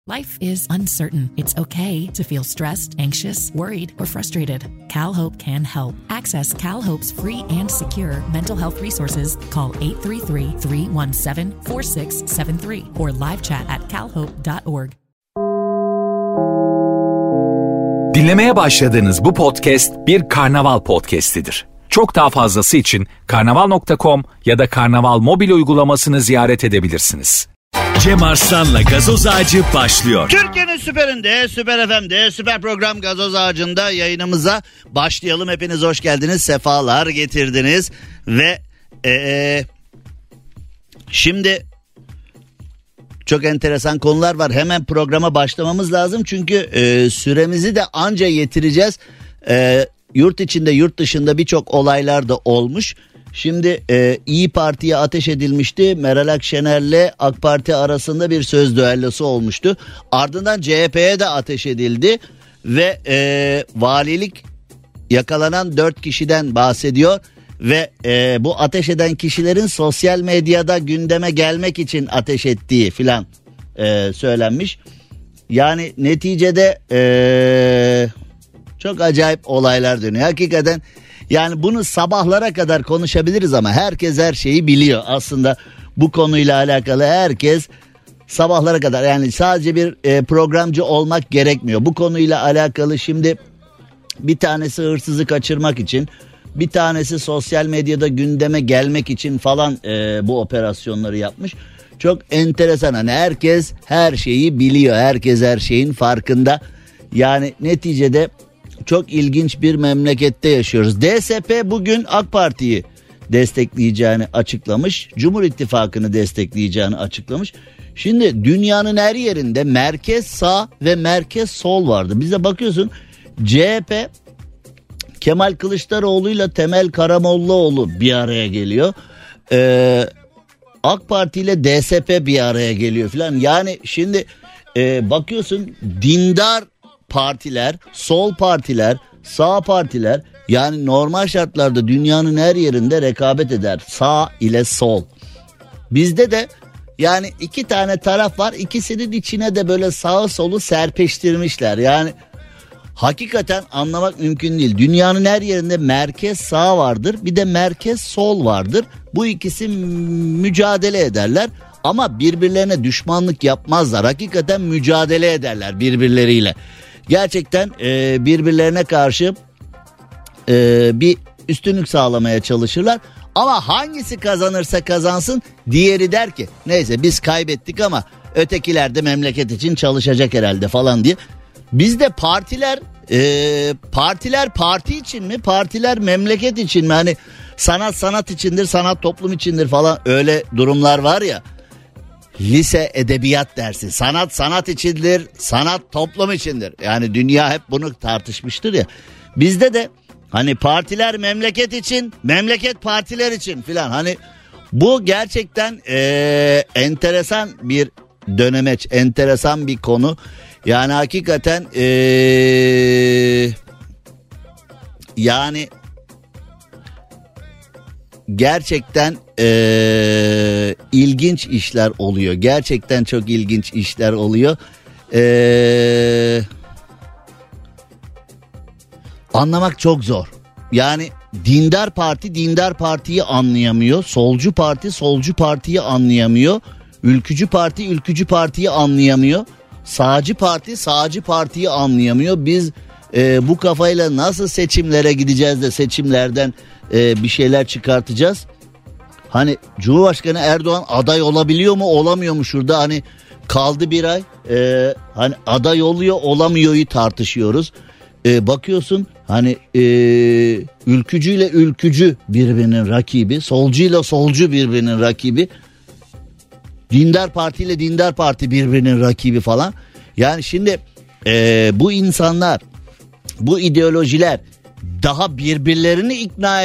Life is uncertain. It's okay to feel stressed, anxious, worried, or frustrated. CalHope can help. Access CalHope's free and secure mental health resources. Call 833-317-4673 or live chat at calhope.org. Dinlemeye başladığınız bu podcast bir karnaval podcastidir. Çok daha fazlası için karnaval.com ya da karnaval mobil uygulamasını ziyaret edebilirsiniz. Cem Arslan'la Gazoz Ağacı başlıyor. Türkiye'nin süperinde, Süper FM'de, süper program Gazoz Ağacı'nda yayınımıza başlayalım. Hepiniz hoş geldiniz, sefalar getirdiniz. Ve şimdi çok enteresan konular var. Hemen programa başlamamız lazım. Çünkü süremizi de anca yetireceğiz. Yurt içinde, yurt dışında birçok olaylar da olmuş. Şimdi İYİ Parti'ye ateş edilmişti. Meral Akşener'le AK Parti arasında bir söz düellosu olmuştu. Ardından CHP'ye de ateş edildi. Ve valilik yakalanan 4 kişiden bahsediyor. Ve bu ateş eden kişilerin sosyal medyada gündeme gelmek için ateş ettiği filan söylenmiş. Yani neticede çok acayip olaylar dönüyor. Hakikaten yani bunu sabahlara kadar konuşabiliriz ama herkes her şeyi biliyor. Aslında bu konuyla alakalı herkes sabahlara kadar, yani sadece bir programcı olmak gerekmiyor. Bu konuyla alakalı şimdi bir tanesi hırsızı kaçırmak için, bir tanesi sosyal medyada gündeme gelmek için falan bu operasyonları yapmış. Çok enteresan, hani herkes her şeyi biliyor, herkes her şeyin farkında. Yani neticede çok ilginç bir memlekette yaşıyoruz. DSP bugün AK Parti'yi destekleyeceğini açıklamış. Cumhur İttifakı'nı destekleyeceğini açıklamış. Şimdi dünyanın her yerinde merkez sağ ve merkez sol vardı. Bize bakıyorsun, CHP Kemal Kılıçdaroğlu ile Temel Karamollaoğlu bir araya geliyor. AK Parti ile DSP bir araya geliyor falan. Yani şimdi bakıyorsun, dindar partiler, sol partiler, sağ partiler, yani normal şartlarda dünyanın her yerinde rekabet eder sağ ile sol. Bizde de yani iki tane taraf var, ikisinin içine de böyle sağı solu serpiştirmişler. Yani hakikaten anlamak mümkün değil. Dünyanın her yerinde merkez sağ vardır, bir de merkez sol vardır. Bu ikisi mücadele ederler ama birbirlerine düşmanlık yapmazlar. Hakikaten mücadele ederler birbirleriyle. Gerçekten birbirlerine karşı bir üstünlük sağlamaya çalışırlar. Ama hangisi kazanırsa kazansın, diğeri der ki neyse biz kaybettik ama ötekiler de memleket için çalışacak herhalde falan diye. Bizde partiler parti için mi, partiler memleket için mi? Hani sanat içindir, sanat toplum içindir falan, öyle durumlar var ya. Lise edebiyat dersi, sanat içindir, sanat toplum içindir. Yani dünya hep bunu tartışmıştır ya. Bizde de hani partiler memleket için, memleket partiler için filan. Hani bu gerçekten enteresan bir dönemeç, enteresan bir konu. Yani hakikaten yani gerçekten ilginç işler oluyor. Gerçekten çok ilginç işler oluyor. Anlamak çok zor. Yani dindar parti dindar partiyi anlayamıyor. Solcu parti solcu partiyi anlayamıyor. Ülkücü parti ülkücü partiyi anlayamıyor. Sağcı parti sağcı partiyi anlayamıyor. Biz bu kafayla nasıl seçimlere gideceğiz de seçimlerden bir şeyler çıkartacağız? Hani Cumhurbaşkanı Erdoğan aday olabiliyor mu olamıyor mu, şurada hani kaldı bir ay, hani aday oluyor olamıyor'yu tartışıyoruz. Bakıyorsun hani ülkücüyle ülkücü birbirinin rakibi, solcuyla solcu birbirinin rakibi, dindar partiyle dindar parti birbirinin rakibi falan. Yani şimdi bu insanlar, bu ideolojiler daha birbirlerini ikna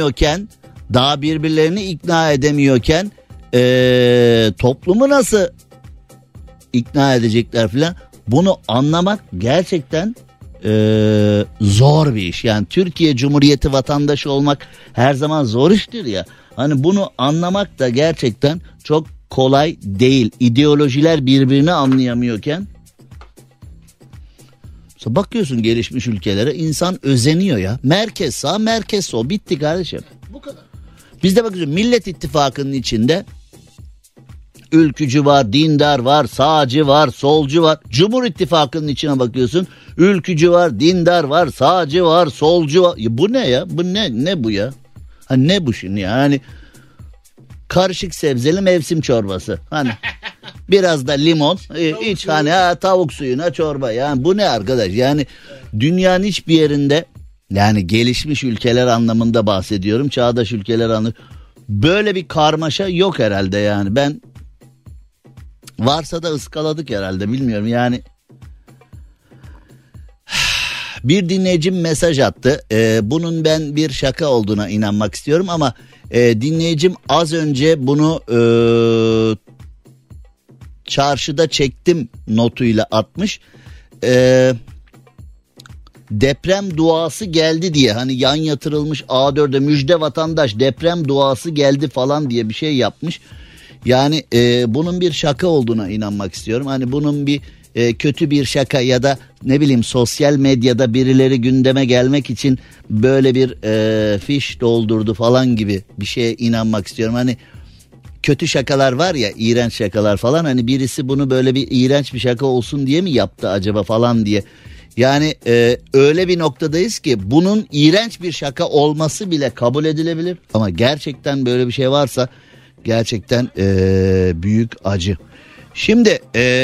edemiyorken toplumu nasıl ikna edecekler filan, bunu anlamak gerçekten zor bir iş. Yani Türkiye Cumhuriyeti vatandaşı olmak her zaman zor iştir ya. Hani bunu anlamak da gerçekten çok kolay değil. İdeolojiler birbirini anlayamıyorken Bakıyorsun gelişmiş ülkelere, insan özeniyor ya. Merkez sağ, merkez sol, bitti kardeşim. Bu kadar. Biz de bakıyoruz Millet İttifakı'nın içinde ülkücü var, dindar var, sağcı var, solcu var. Cumhur İttifakı'nın içine bakıyorsun, ülkücü var, dindar var, sağcı var, solcu var. Ya bu ne ya? Bu ne bu ya? Ha ne bu şimdi yani? Karışık sebzeli mevsim çorbası. Hani biraz da limon iç, hani tavuk suyuna çorba. Yani bu ne arkadaş? Yani dünyanın hiçbir yerinde, yani gelişmiş ülkeler anlamında bahsediyorum, çağdaş ülkeler anlamında, böyle bir karmaşa yok herhalde yani. Ben varsa da ıskaladık herhalde, bilmiyorum yani. Bir dinleyicim mesaj attı. Bunun ben bir şaka olduğuna inanmak istiyorum ama dinleyicim az önce bunu çarşıda çektim notuyla atmış. Deprem duası geldi diye, hani yan yatırılmış A4'e müjde vatandaş deprem duası geldi falan diye bir şey yapmış. Yani bunun bir şaka olduğuna inanmak istiyorum. Hani bunun bir kötü bir şaka ya da ne bileyim sosyal medyada birileri gündeme gelmek için böyle bir fiş doldurdu falan gibi bir şeye inanmak istiyorum. Hani kötü şakalar var ya, iğrenç şakalar falan, hani birisi bunu böyle bir iğrenç bir şaka olsun diye mi yaptı acaba falan diye. Yani öyle bir noktadayız ki bunun iğrenç bir şaka olması bile kabul edilebilir. Ama gerçekten böyle bir şey varsa gerçekten büyük acı. Şimdi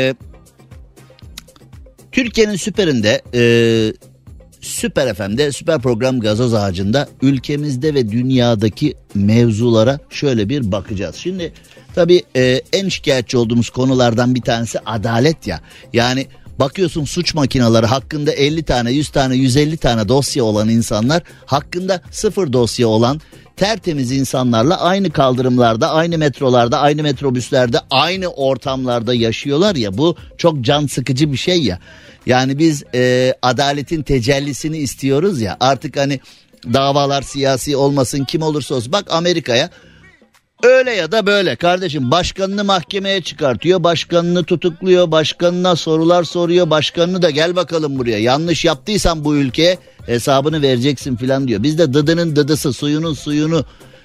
Türkiye'nin süperinde, Süper FM'de, süper program Gazoz Ağacı'nda ülkemizde ve dünyadaki mevzulara şöyle bir bakacağız. Şimdi tabii en şikayetçi olduğumuz konulardan bir tanesi adalet ya. Yani bakıyorsun suç makineleri hakkında 50 tane, 100 tane, 150 tane dosya olan insanlar hakkında 0 dosya olan tertemiz insanlarla aynı kaldırımlarda, aynı metrolarda, aynı metrobüslerde, aynı ortamlarda yaşıyorlar ya, bu çok can sıkıcı bir şey ya. Yani biz adaletin tecellisini istiyoruz ya, artık hani davalar siyasi olmasın, kim olursa olsun. Bak Amerika'ya, öyle ya da böyle kardeşim, başkanını mahkemeye çıkartıyor, başkanını tutukluyor, başkanına sorular soruyor, başkanını da gel bakalım buraya, yanlış yaptıysan bu ülkeye hesabını vereceksin filan diyor. Bizde dıdının dıdısı, suyunun suyunu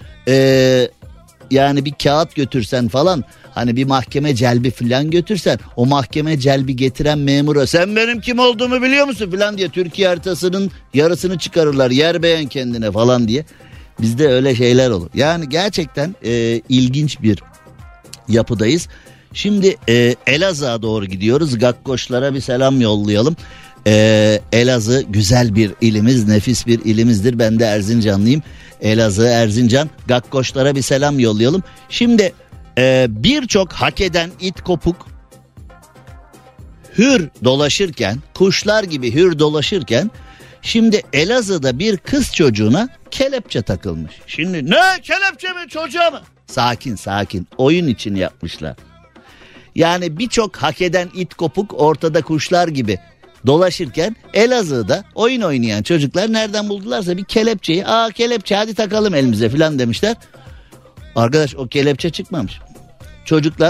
yani bir kağıt götürsen falan, hani bir mahkeme celbi filan götürsen, o mahkeme celbi getiren memura sen benim kim olduğumu biliyor musun filan diye Türkiye haritasının yarısını çıkarırlar, yer beğen kendine falan diye. Bizde öyle şeyler olur. Yani gerçekten ilginç bir yapıdayız. Şimdi Elazığ'a doğru gidiyoruz. Gakkoşlara bir selam yollayalım. Elazığ güzel bir ilimiz, nefis bir ilimizdir. Ben de Erzincanlıyım. Elazığ, Erzincan. Gakkoşlara bir selam yollayalım. Şimdi birçok hak eden it kopuk hür dolaşırken, kuşlar gibi hür dolaşırken, şimdi Elazığ'da bir kız çocuğuna kelepçe takılmış. Şimdi ne kelepçe mi çocuğa mı? Sakin, oyun için yapmışlar. Yani birçok hak eden it kopuk ortada kuşlar gibi dolaşırken Elazığ'da oyun oynayan çocuklar nereden buldularsa bir kelepçeyi, kelepçe hadi takalım elimize falan demişler. Arkadaş o kelepçe çıkmamış. Çocuklar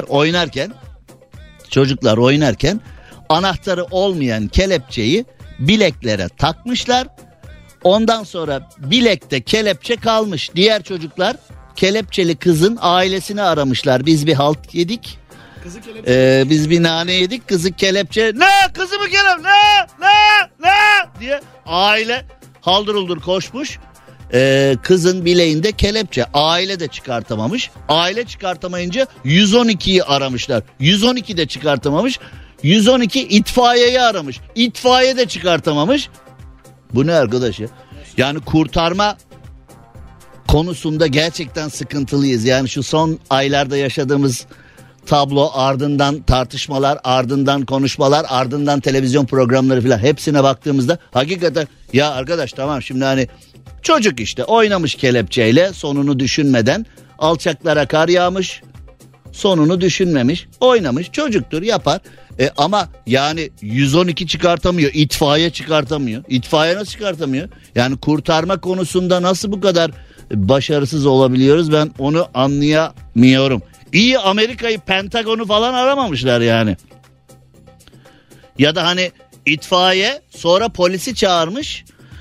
oynarken anahtarı olmayan kelepçeyi bileklere takmışlar. Ondan sonra bilekte kelepçe kalmış. Diğer çocuklar kelepçeli kızın ailesini aramışlar. Biz bir halt yedik. Biz bir nane yedik. Kızı kelepçe. Ne kızımı kelepçe? Ne diye aile haldır uldur koşmuş. Kızın bileğinde kelepçe. Aile de çıkartamamış. Aile çıkartamayınca 112'yi aramışlar. 112 de çıkartamamış. 112 itfaiyeyi aramış. İtfaiye de çıkartamamış. Bu ne arkadaş ya? Yani kurtarma konusunda gerçekten sıkıntılıyız. Yani şu son aylarda yaşadığımız tablo, ardından tartışmalar, ardından konuşmalar, ardından televizyon programları falan, hepsine baktığımızda hakikaten ya arkadaş tamam, şimdi hani çocuk işte oynamış kelepçeyle, sonunu düşünmeden, alçaklara kar yağmış, sonunu düşünmemiş, oynamış, çocuktur, yapar. Ama yani 112 çıkartamıyor, itfaiye çıkartamıyor. İtfaiye nasıl çıkartamıyor? Yani kurtarma konusunda nasıl bu kadar başarısız olabiliyoruz, ben onu anlayamıyorum. İyi Amerika'yı, Pentagon'u falan aramamışlar yani. Ya da hani itfaiye, sonra polisi çağırmış.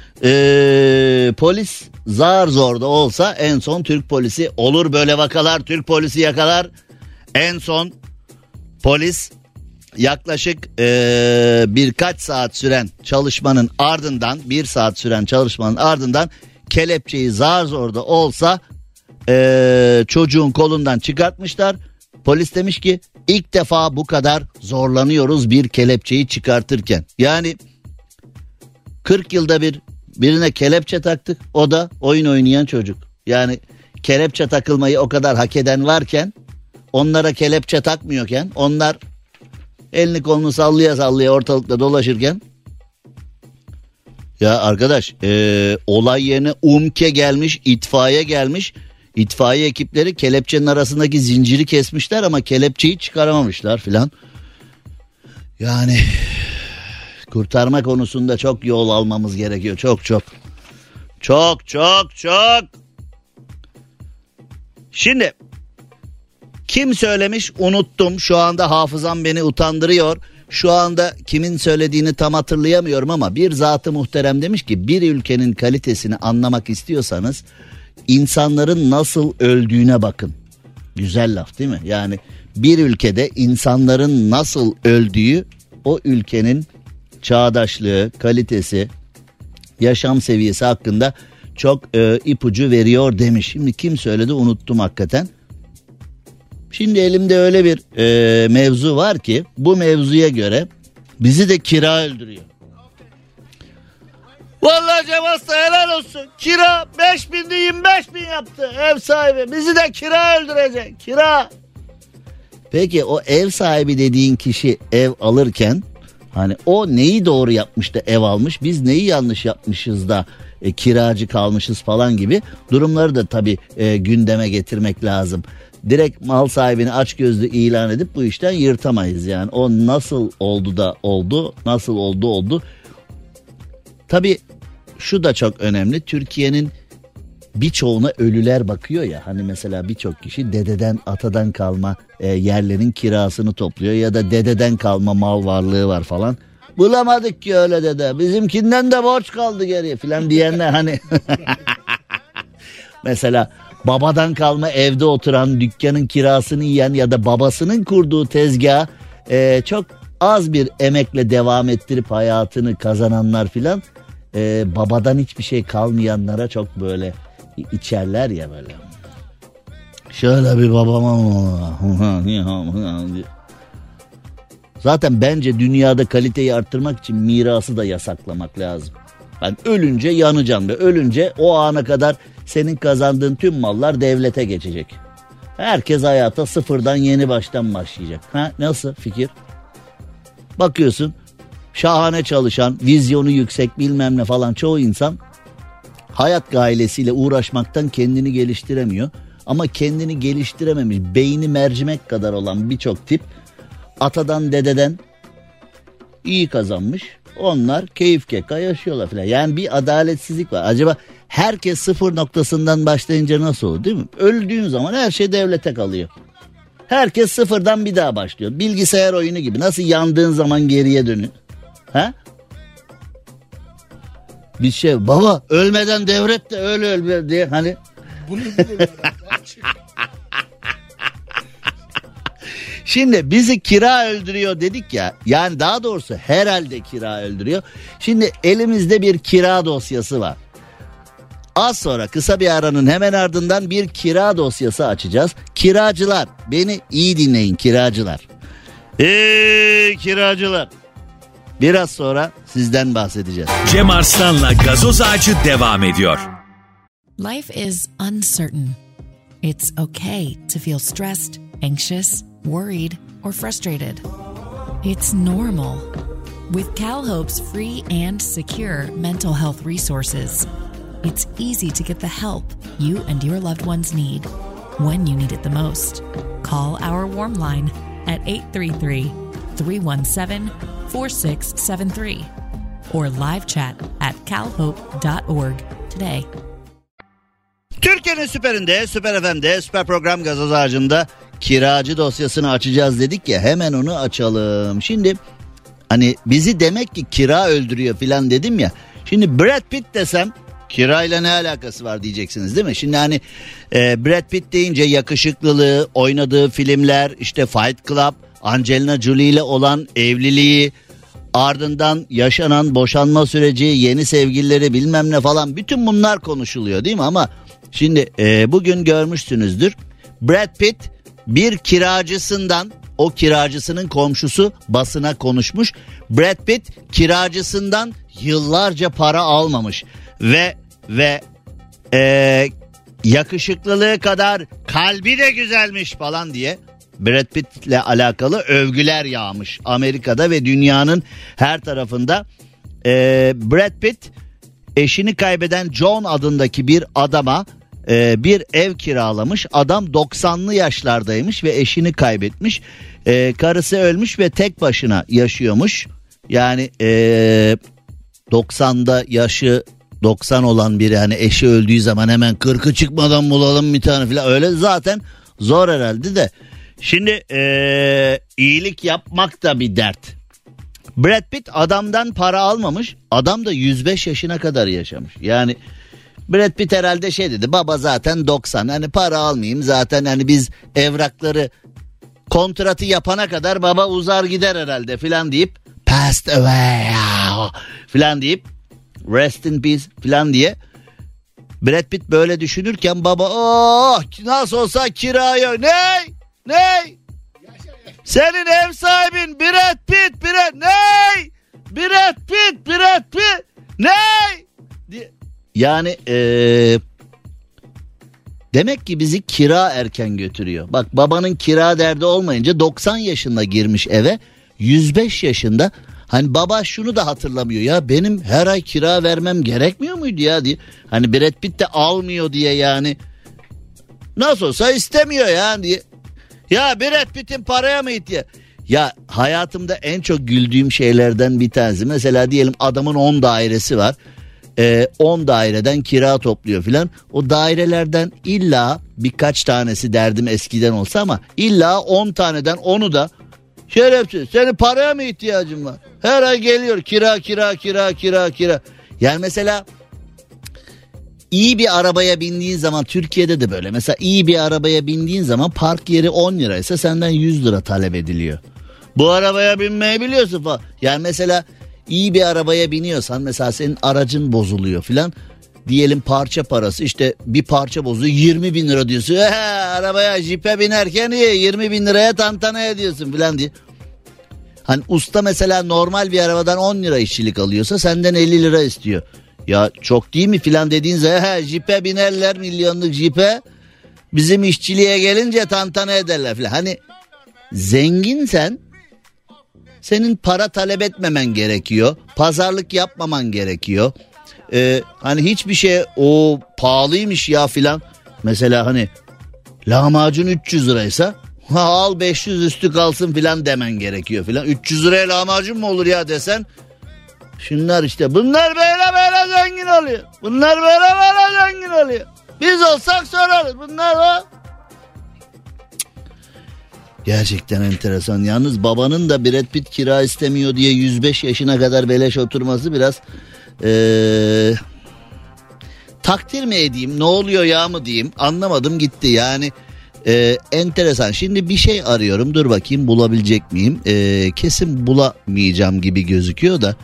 Polis zar zor da olsa en son Türk polisi, olur böyle vakalar, Türk polisi yakalar. En son polis yaklaşık birkaç saat süren çalışmanın ardından, 1 saat süren çalışmanın ardından kelepçeyi zar zor da olsa çocuğun kolundan çıkartmışlar. Polis demiş ki ilk defa bu kadar zorlanıyoruz bir kelepçeyi çıkartırken. Yani 40 yılda birine kelepçe taktık, o da oyun oynayan çocuk. Yani kelepçe takılmayı o kadar hak eden varken, onlara kelepçe takmıyorken, onlar elini kolunu sallaya sallaya ortalıkta dolaşırken, ya arkadaş olay yerine UMKE gelmiş, itfaiye gelmiş. İtfaiye ekipleri kelepçenin arasındaki zinciri kesmişler ama kelepçeyi çıkaramamışlar filan. Yani kurtarma konusunda çok yol almamız gerekiyor. Çok. Şimdi kim söylemiş unuttum. Şu anda hafızam beni utandırıyor. Şu anda kimin söylediğini tam hatırlayamıyorum ama bir zat-ı muhterem demiş ki bir ülkenin kalitesini anlamak istiyorsanız insanların nasıl öldüğüne bakın. Güzel laf değil mi? Yani bir ülkede insanların nasıl öldüğü o ülkenin çağdaşlığı, kalitesi, yaşam seviyesi hakkında çok ipucu veriyor demiş. Şimdi kim söyledi unuttum hakikaten. Şimdi elimde öyle bir mevzu var ki bu mevzuya göre bizi de kira öldürüyor. Vallahi Cem Aslan helal olsun. Kira 5.000'di 25.000 yaptı ev sahibi. Bizi de kira öldürecek. Kira. Peki o ev sahibi dediğin kişi ev alırken hani o neyi doğru yapmış da ev almış? Biz neyi yanlış yapmışız da kiracı kalmışız falan gibi durumları da tabii gündeme getirmek lazım. Direkt mal sahibini açgözlü ilan edip bu işten yırtamayız yani. O nasıl oldu da oldu, nasıl oldu. Tabii şu da çok önemli. Türkiye'nin birçoğuna ölüler bakıyor ya. Hani mesela birçok kişi dededen atadan kalma yerlerin kirasını topluyor. Ya da dededen kalma mal varlığı var falan. Bulamadık ki öyle dede. Bizimkinden de borç kaldı geriye falan diyenler hani. Mesela babadan kalma evde oturan, dükkanın kirasını yiyen ya da babasının kurduğu tezgah çok az bir emekle devam ettirip hayatını kazananlar filan babadan hiçbir şey kalmayanlara çok böyle içerler ya böyle. Şöyle bir babama zaten bence dünyada kaliteyi arttırmak için mirası da yasaklamak lazım. Yani ölünce yanacaksın ve ölünce o ana kadar senin kazandığın tüm mallar devlete geçecek. Herkes hayata sıfırdan yeni baştan başlayacak. Nasıl fikir? Bakıyorsun şahane çalışan, vizyonu yüksek bilmem ne falan çoğu insan hayat gailesiyle uğraşmaktan kendini geliştiremiyor. Ama kendini geliştirememiş, beyni mercimek kadar olan birçok tip atadan dededen iyi kazanmış. Onlar keyif keka yaşıyorlar falan. Yani bir adaletsizlik var. Acaba herkes sıfır noktasından başlayınca nasıl olur değil mi? Öldüğün zaman her şey devlete kalıyor. Herkes sıfırdan bir daha başlıyor. Bilgisayar oyunu gibi. Nasıl yandığın zaman geriye dönün. Bir şey baba ölmeden devret de öyle öl diye hani. Bunu Şimdi bizi kira öldürüyor dedik ya. Yani daha doğrusu herhalde kira öldürüyor. Şimdi elimizde bir kira dosyası var. Az sonra kısa bir aranın hemen ardından bir kira dosyası açacağız. Kiracılar beni iyi dinleyin kiracılar. Kiracılar. Biraz sonra sizden bahsedeceğiz. Cem Arslan'la Gazoz Ağacı devam ediyor. Life is uncertain. It's okay to feel stressed, anxious, worried, or frustrated. It's normal. With CalHope's free and secure mental health resources, it's easy to get the help you and your loved ones need when you need it the most. Call our warm line at 833-317-4673 or live chat at calhope.org today. Türkiye'nin süperinde, Süper FM'de, Süper Program Gazoz Ağacı'nda kiracı dosyasını açacağız dedik ya, hemen onu açalım. Şimdi Hani bizi demek ki kira öldürüyor filan dedim ya. Şimdi Brad Pitt desem kirayla ne alakası var diyeceksiniz değil mi? Şimdi hani Brad Pitt deyince yakışıklılığı, oynadığı filmler, işte Fight Club, Angelina Jolie ile olan evliliği, ardından yaşanan boşanma süreci, yeni sevgilileri bilmem ne falan, bütün bunlar konuşuluyor değil mi? Ama şimdi bugün görmüşsünüzdür. Brad Pitt bir kiracısından, o kiracısının komşusu basına konuşmuş. Brad Pitt kiracısından yıllarca para almamış ve yakışıklılığı kadar kalbi de güzelmiş falan diye Brad Pitt'le alakalı övgüler yağmış Amerika'da ve dünyanın her tarafında. Brad Pitt eşini kaybeden John adındaki bir adama bir ev kiralamış. Adam 90'lı yaşlardaymış ve eşini kaybetmiş. Karısı ölmüş ve tek başına yaşıyormuş. Yani 90'da yaşı 90 olan biri, hani eşi öldüğü zaman hemen 40'ı çıkmadan bulalım bir tane falan, öyle zaten zor herhalde de. Şimdi iyilik yapmak da bir dert. Brad Pitt adamdan para almamış. Adam da 105 yaşına kadar yaşamış. Yani Brad Pitt herhalde şey dedi, baba zaten 90, hani para almayayım zaten, hani biz evrakları, kontratı yapana kadar baba uzar gider herhalde filan deyip passed away filan deyip rest in peace filan diye. Brad Pitt böyle düşünürken baba nasıl olsa kiraya ne? Senin ev sahibin Brad Pitt ne? Yani demek ki bizi kira erken götürüyor. Bak, babanın kira derdi olmayınca 90 yaşında girmiş eve, 105 yaşında. Hani baba şunu da hatırlamıyor, ya benim her ay kira vermem gerekmiyor muydu ya diye. Hani Brad Pitt de almıyor diye, yani nasıl olsa istemiyor ya diye. Ya Brad Pitt'in paraya mı ihtiyacı? Ya hayatımda en çok güldüğüm şeylerden bir tanesi. Mesela diyelim adamın 10 dairesi var. 10 daireden kira topluyor filan. O dairelerden illa birkaç tanesi derdim eskiden olsa, ama illa 10 taneden 10'u da şerefsiz, senin paraya mı ihtiyacın var? Her ay geliyor kira. Yani mesela iyi bir arabaya bindiğin zaman, Türkiye'de de böyle, mesela iyi bir arabaya bindiğin zaman park yeri 10 liraysa senden 100 lira talep ediliyor. Bu arabaya binmeyi biliyorsun falan. Yani mesela iyi bir arabaya biniyorsan, mesela senin aracın bozuluyor filan. Diyelim parça parası, işte bir parça bozuluyor 20 bin lira diyorsun. Arabaya, jipe binerken 20 bin liraya tantana ediyorsun filan diye. Hani usta mesela normal bir arabadan 10 lira işçilik alıyorsa senden 50 lira istiyor. Ya çok değil mi filan dediğin zaman jipe binerler, milyonluk jipe, bizim işçiliğe gelince tantana ederler filan. Hani zenginsen senin para talep etmemen gerekiyor, pazarlık yapmaman gerekiyor. Hani hiçbir şey o pahalıymış ya filan. Mesela hani lahmacun 300 liraysa al 500 üstü kalsın filan demen gerekiyor filan. 300 liraya lahmacun mu olur ya desen, şunlar işte, bunlar böyle zengin oluyor. Bunlar böyle zengin oluyor. Biz olsak sorarız, bunlar var. Gerçekten enteresan. Yalnız babanın da Brad Pitt kira istemiyor diye 105 yaşına kadar beleş oturması biraz takdir mi edeyim, ne oluyor ya mı diyeyim, anlamadım gitti yani. Enteresan. Şimdi bir şey arıyorum, dur bakayım bulabilecek miyim? Kesin bulamayacağım gibi gözüküyor da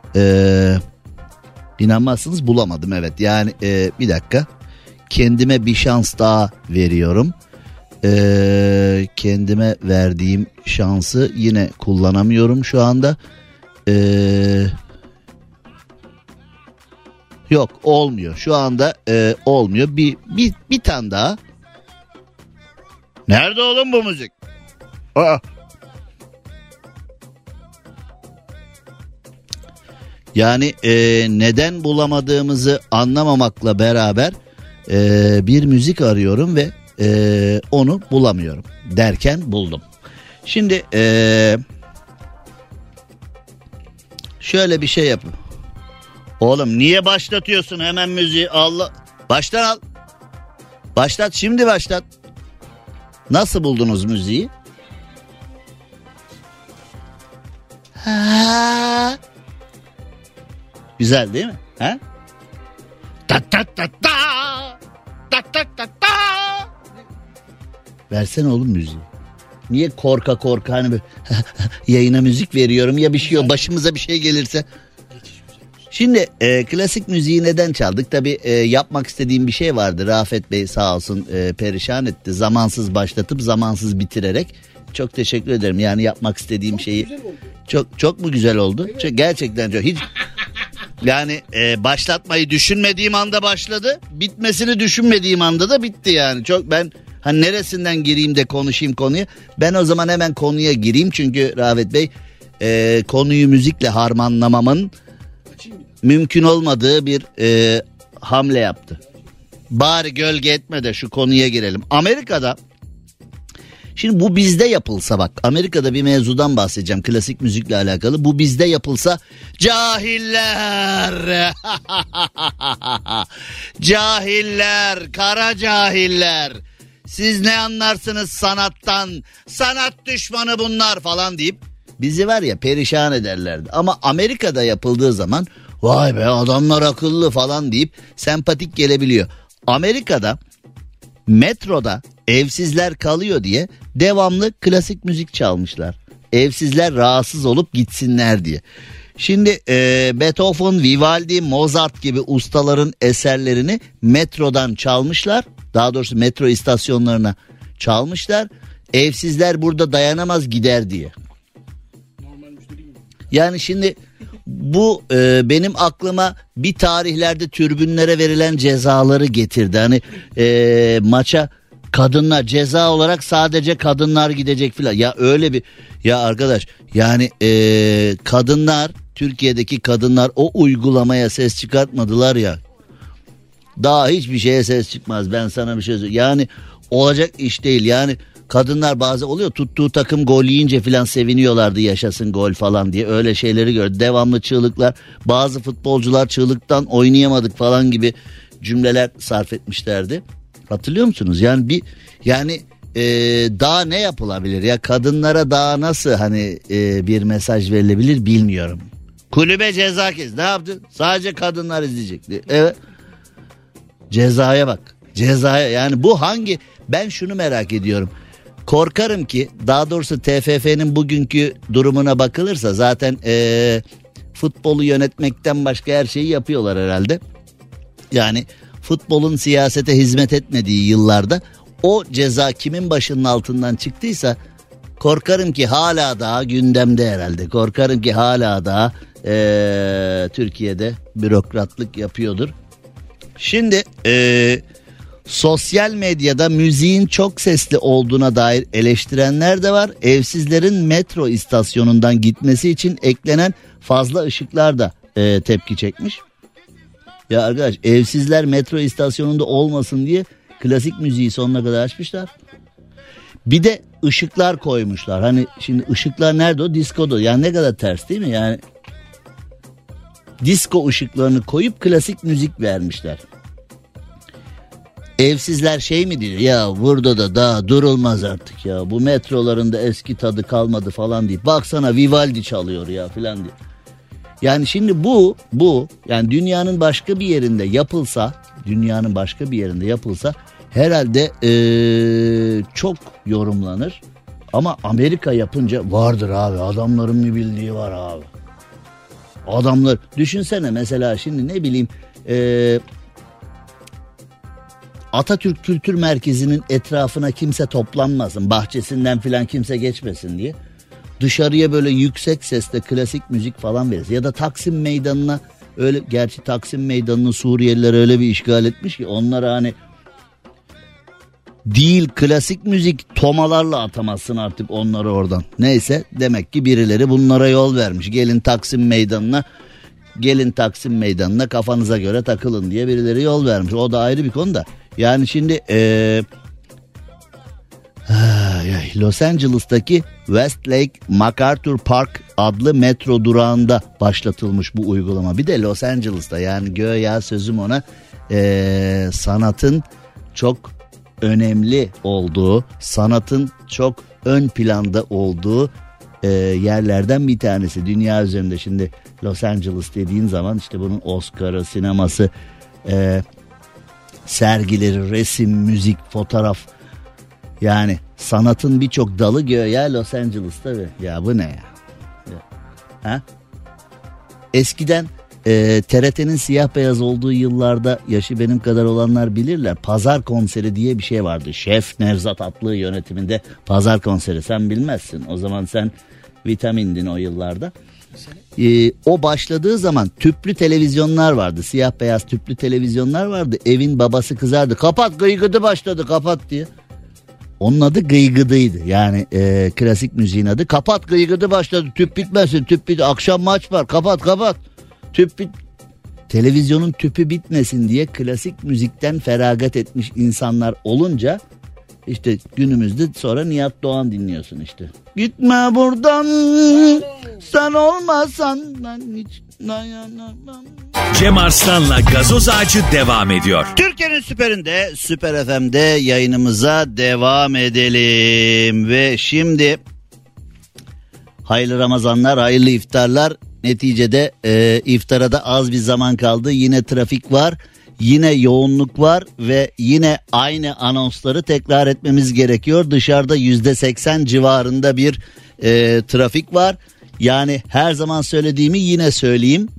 inanmazsınız, bulamadım. Evet yani bir dakika, kendime bir şans daha veriyorum. Kendime verdiğim şansı yine kullanamıyorum şu anda. Yok, olmuyor şu anda, olmuyor. Bir tane daha. Nerede oğlum bu müzik? Yani neden bulamadığımızı anlamamakla beraber bir müzik arıyorum ve onu bulamıyorum derken buldum. Şimdi şöyle bir şey yapın. Oğlum niye başlatıyorsun hemen müziği? Allah, baştan al. Başlat, şimdi başlat. Nasıl buldunuz müziği? ta. Güzel değil mi? Ha? Ta ta ta ta. Ta ta ta ta. Versene oğlum müziği. Niye korka hani böyle yayına müzik veriyorum ya bir şey yok, başımıza bir şey gelirse. Şimdi klasik müziği neden çaldık? Tabii yapmak istediğim bir şey vardı. Rafet Bey sağ olsun perişan etti. Zamansız başlatıp zamansız bitirerek. Çok teşekkür ederim. Yani yapmak istediğim şeyi. Çok mu güzel oldu? Evet. Gerçekten çok. Hiç yani başlatmayı düşünmediğim anda başladı. Bitmesini düşünmediğim anda da bitti yani. Çok ben hani neresinden gireyim de konuşayım konuya. Ben o zaman hemen konuya gireyim. Çünkü Rafet Bey konuyu müzikle harmanlamamın mümkün olmadığı bir hamle yaptı. Bari gölge etme de şu konuya girelim. Amerika'da, şimdi bu bizde yapılsa, bak Amerika'da bir mevzudan bahsedeceğim klasik müzikle alakalı. Bu bizde yapılsa cahiller cahiller, kara cahiller, siz ne anlarsınız sanattan, sanat düşmanı bunlar falan deyip bizi var ya perişan ederlerdi. Ama Amerika'da yapıldığı zaman vay be adamlar akıllı falan deyip sempatik gelebiliyor. Amerika'da metroda evsizler kalıyor diye devamlı klasik müzik çalmışlar. Evsizler rahatsız olup gitsinler diye. Şimdi Beethoven, Vivaldi, Mozart gibi ustaların eserlerini metrodan çalmışlar. Daha doğrusu metro istasyonlarına çalmışlar. Evsizler burada dayanamaz gider diye. Yani şimdi bu benim aklıma bir tarihlerde türbünlere verilen cezaları getirdi. Hani maça kadınlar ceza olarak sadece kadınlar gidecek filan. Ya öyle bir, ya arkadaş yani kadınlar, Türkiye'deki kadınlar o uygulamaya ses çıkartmadılar ya. Daha hiçbir şeye ses çıkmaz, ben sana bir şey söyleyeyim. Yani olacak iş değil yani. Kadınlar bazı oluyor, tuttuğu takım gol yiyince filan seviniyorlardı, yaşasın gol falan diye, öyle şeyleri gördüm. Devamlı çığlıklar, bazı futbolcular çığlıktan oynayamadık falan gibi cümleler sarf etmişlerdi. Hatırlıyor musunuz? Yani daha ne yapılabilir ya, kadınlara daha nasıl hani bir mesaj verilebilir bilmiyorum. Kulübe ceza kes, ne yaptı? Sadece kadınlar izleyecekti. Evet. Cezaya bak. Cezaya, yani bu hangi, ben şunu merak ediyorum. Korkarım ki, daha doğrusu TFF'nin bugünkü durumuna bakılırsa zaten futbolu yönetmekten başka her şeyi yapıyorlar herhalde. Yani futbolun siyasete hizmet etmediği yıllarda o ceza kimin başının altından çıktıysa korkarım ki hala daha gündemde herhalde. Korkarım ki hala daha Türkiye'de bürokratlık yapıyordur. Şimdi sosyal medyada müziğin çok sesli olduğuna dair eleştirenler de var. Evsizlerin metro istasyonundan gitmesi için eklenen fazla ışıklar da tepki çekmiş. Ya arkadaş, evsizler metro istasyonunda olmasın diye klasik müziği sonuna kadar açmışlar. Bir de ışıklar koymuşlar. Hani şimdi ışıklar nerede, o diskoda. Yani ne kadar ters değil mi? Yani disko ışıklarını koyup klasik müzik vermişler. Evsizler şey mi diyor ya, burada da daha durulmaz artık ya, bu metroların da eski tadı kalmadı falan deyip baksana Vivaldi çalıyor ya filan diye. Yani şimdi bu yani dünyanın başka bir yerinde yapılsa herhalde çok yorumlanır. Ama Amerika yapınca vardır abi, adamların bir bildiği var abi. Adamlar düşünsene mesela, şimdi ne bileyim Atatürk Kültür Merkezi'nin etrafına kimse toplanmasın, bahçesinden filan kimse geçmesin diye dışarıya böyle yüksek sesle klasik müzik falan verir. Ya da Taksim Meydanı'na öyle, gerçi Taksim Meydanı'nı Suriyeliler öyle bir işgal etmiş ki onlara hani değil klasik müzik tomalarla atamazsın artık onları oradan. Neyse, demek ki birileri bunlara yol vermiş. Gelin Taksim Meydanı'na kafanıza göre takılın diye birileri yol vermiş. O da ayrı bir konu da. Yani şimdi Los Angeles'taki Westlake MacArthur Park adlı metro durağında başlatılmış bu uygulama. Bir de Los Angeles'ta, yani göya sözüm ona sanatın çok önemli olduğu, sanatın çok ön planda olduğu yerlerden bir tanesi. Dünya üzerinde şimdi Los Angeles dediğin zaman işte bunun Oscar'ı, sineması, sergileri, resim, müzik, fotoğraf, yani sanatın birçok dalı göğe Los Angeles tabii. Ya bu ne ya? Ha? Eskiden TRT'nin siyah beyaz olduğu yıllarda, yaşı benim kadar olanlar bilirler, Pazar Konseri diye bir şey vardı. Şef Nevzat Atlı yönetiminde Pazar Konseri, sen bilmezsin. O zaman sen vitamindin o yıllarda. O başladığı zaman tüplü televizyonlar vardı. Siyah beyaz tüplü televizyonlar vardı. Evin babası kızardı. Kapat, gıygıdı başladı, kapat diye. Onun adı gıygıdıydı. Yani klasik müziğin adı. Kapat, gıygıdı başladı. Tüp bitmesin, tüp bit. Akşam maç var, kapat. Tüp bit. Televizyonun tüpü bitmesin diye klasik müzikten feragat etmiş insanlar olunca işte günümüzde sonra Nihat Doğan dinliyorsun işte. Gitme buradan, sen olmasan ben hiç dayanamam. Cem Arslan'la Gazoz Ağacı devam ediyor. Türkiye'nin süperinde, Süper FM'de yayınımıza devam edelim. Ve şimdi hayırlı Ramazanlar, hayırlı iftarlar. Neticede iftara da az bir zaman kaldı. Yine trafik var, yine yoğunluk var ve yine aynı anonsları tekrar etmemiz gerekiyor. Dışarıda %80 civarında bir trafik var. Yani her zaman söylediğimi yine söyleyeyim.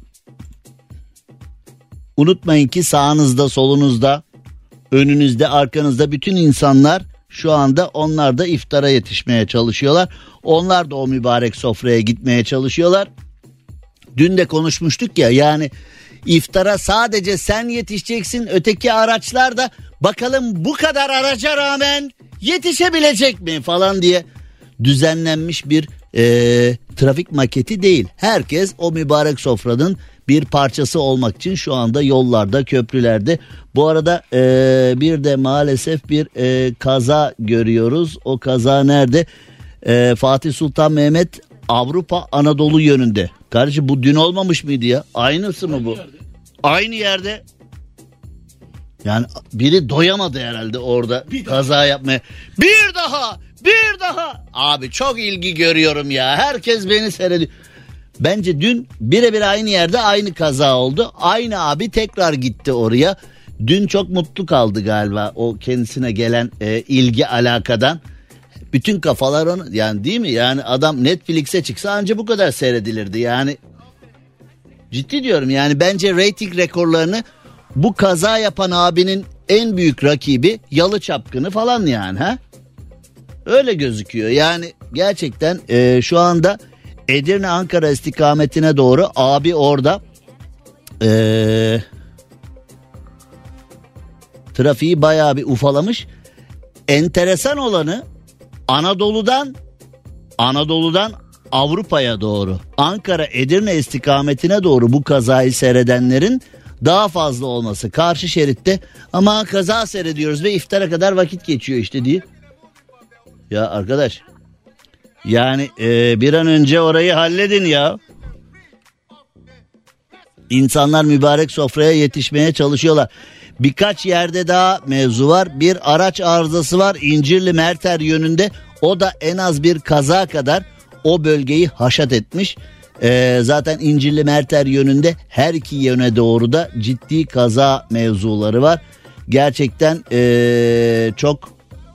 Unutmayın ki sağınızda, solunuzda, önünüzde, arkanızda bütün insanlar şu anda, onlar da iftara yetişmeye çalışıyorlar. Onlar da o mübarek sofraya gitmeye çalışıyorlar. Dün de konuşmuştuk ya, yani iftara sadece sen yetişeceksin, öteki araçlar da bakalım bu kadar araca rağmen yetişebilecek mi falan diye düzenlenmiş bir trafik maketi değil. Herkes o mübarek sofranın bir parçası olmak için şu anda yollarda, köprülerde. Bu arada bir de maalesef bir kaza görüyoruz. O kaza nerede? Fatih Sultan Mehmet Avrupa Anadolu yönünde. Kardeşim bu dün olmamış mıydı ya? Aynısı mı bu? Aynı yerde. Yani biri doyamadı herhalde orada kaza yapmaya. Bir daha. Abi çok ilgi görüyorum ya. Herkes beni seyrediyor. Bence dün birebir aynı yerde aynı kaza oldu. Aynı abi tekrar gitti oraya. Dün çok mutlu kaldı galiba o kendisine gelen ilgi alakadan. Bütün kafalar onu, yani değil mi? Yani adam Netflix'e çıksa anca bu kadar seyredilirdi. Yani ciddi diyorum, yani bence reyting rekorlarını bu kaza yapan abinin en büyük rakibi Yalı Çapkını falan yani, ha? Öyle gözüküyor. Yani gerçekten şu anda Edirne Ankara istikametine doğru abi orada trafiği bayağı bir ufalamış. Enteresan olanı Anadolu'dan Avrupa'ya doğru, Ankara Edirne istikametine doğru bu kazayı seyredenlerin daha fazla olması. Karşı şeritte ama kaza seyrediyoruz ve iftara kadar vakit geçiyor işte diye. Ya arkadaş, yani bir an önce orayı halledin ya. İnsanlar mübarek sofraya yetişmeye çalışıyorlar. Birkaç yerde daha mevzu var. Bir araç arızası var İncirli Merter yönünde. O da en az bir kaza kadar o bölgeyi haşat etmiş. Zaten İncirli Merter yönünde her iki yöne doğru da ciddi kaza mevzuları var. Gerçekten çok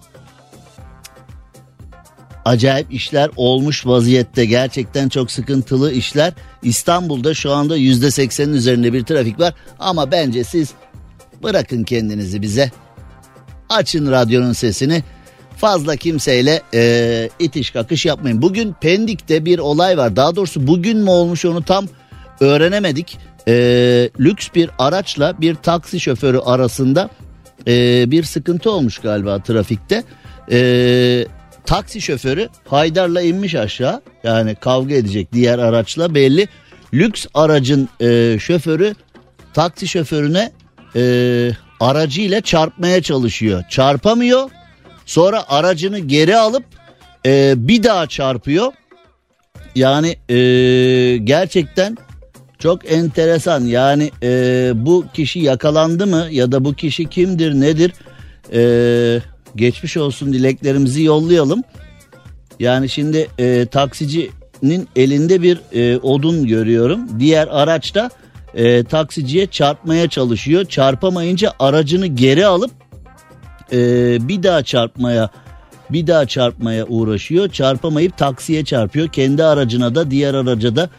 acayip işler olmuş vaziyette. Gerçekten çok sıkıntılı işler. İstanbul'da şu anda %80'in üzerinde bir trafik var. Ama bence siz bırakın kendinizi bize. Açın radyonun sesini. Fazla kimseyle itiş kakış yapmayın. Bugün Pendik'te bir olay var. Daha doğrusu bugün mü olmuş onu tam öğrenemedik. Lüks bir araçla bir taksi şoförü arasında bir sıkıntı olmuş galiba trafikte. Taksi şoförü Haydar'la inmiş aşağı. Yani kavga edecek diğer araçla belli. Lüks aracın şoförü taksi şoförüne aracıyla çarpmaya çalışıyor. Çarpamıyor. Sonra aracını geri alıp bir daha çarpıyor. Yani gerçekten çok enteresan. Yani bu kişi yakalandı mı ya da bu kişi kimdir, nedir? Geçmiş olsun dileklerimizi yollayalım. Yani şimdi taksicinin elinde bir odun görüyorum. Diğer araçta taksiciye çarpmaya çalışıyor. Çarpamayınca aracını geri alıp bir daha çarpmaya uğraşıyor. Çarpamayıp taksiye çarpıyor. Kendi aracına da diğer araca da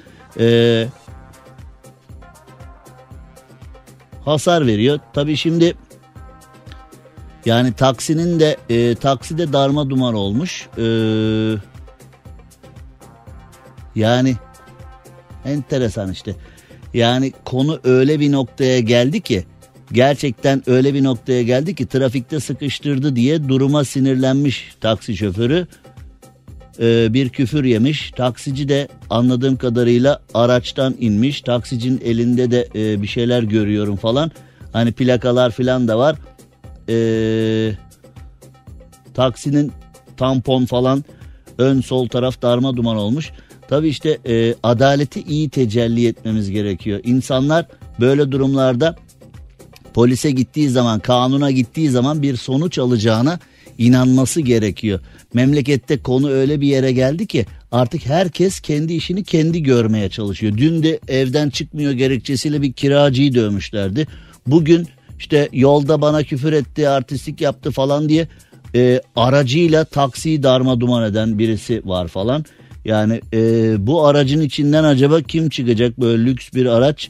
hasar veriyor. Tabii şimdi yani taksinin de takside darma duman olmuş. Yani enteresan işte. Yani konu öyle bir noktaya geldi ki, gerçekten öyle bir noktaya geldi ki trafikte sıkıştırdı diye duruma sinirlenmiş taksi şoförü. Bir küfür yemiş. Taksici de anladığım kadarıyla araçtan inmiş. Taksicinin elinde de bir şeyler görüyorum falan. Hani plakalar falan da var. Taksinin tampon falan, ön sol taraf darma duman olmuş. Tabii işte adaleti iyi tecelli etmemiz gerekiyor. İnsanlar böyle durumlarda polise gittiği zaman, kanuna gittiği zaman bir sonuç alacağına inanması gerekiyor. Memlekette konu öyle bir yere geldi ki artık herkes kendi işini kendi görmeye çalışıyor. Dün de evden çıkmıyor gerekçesiyle bir kiracıyı dövmüşlerdi. Bugün işte yolda bana küfür etti, artistlik yaptı falan diye aracıyla taksiyi darma duman eden birisi var falan. Yani bu aracın içinden acaba kim çıkacak, böyle lüks bir araç.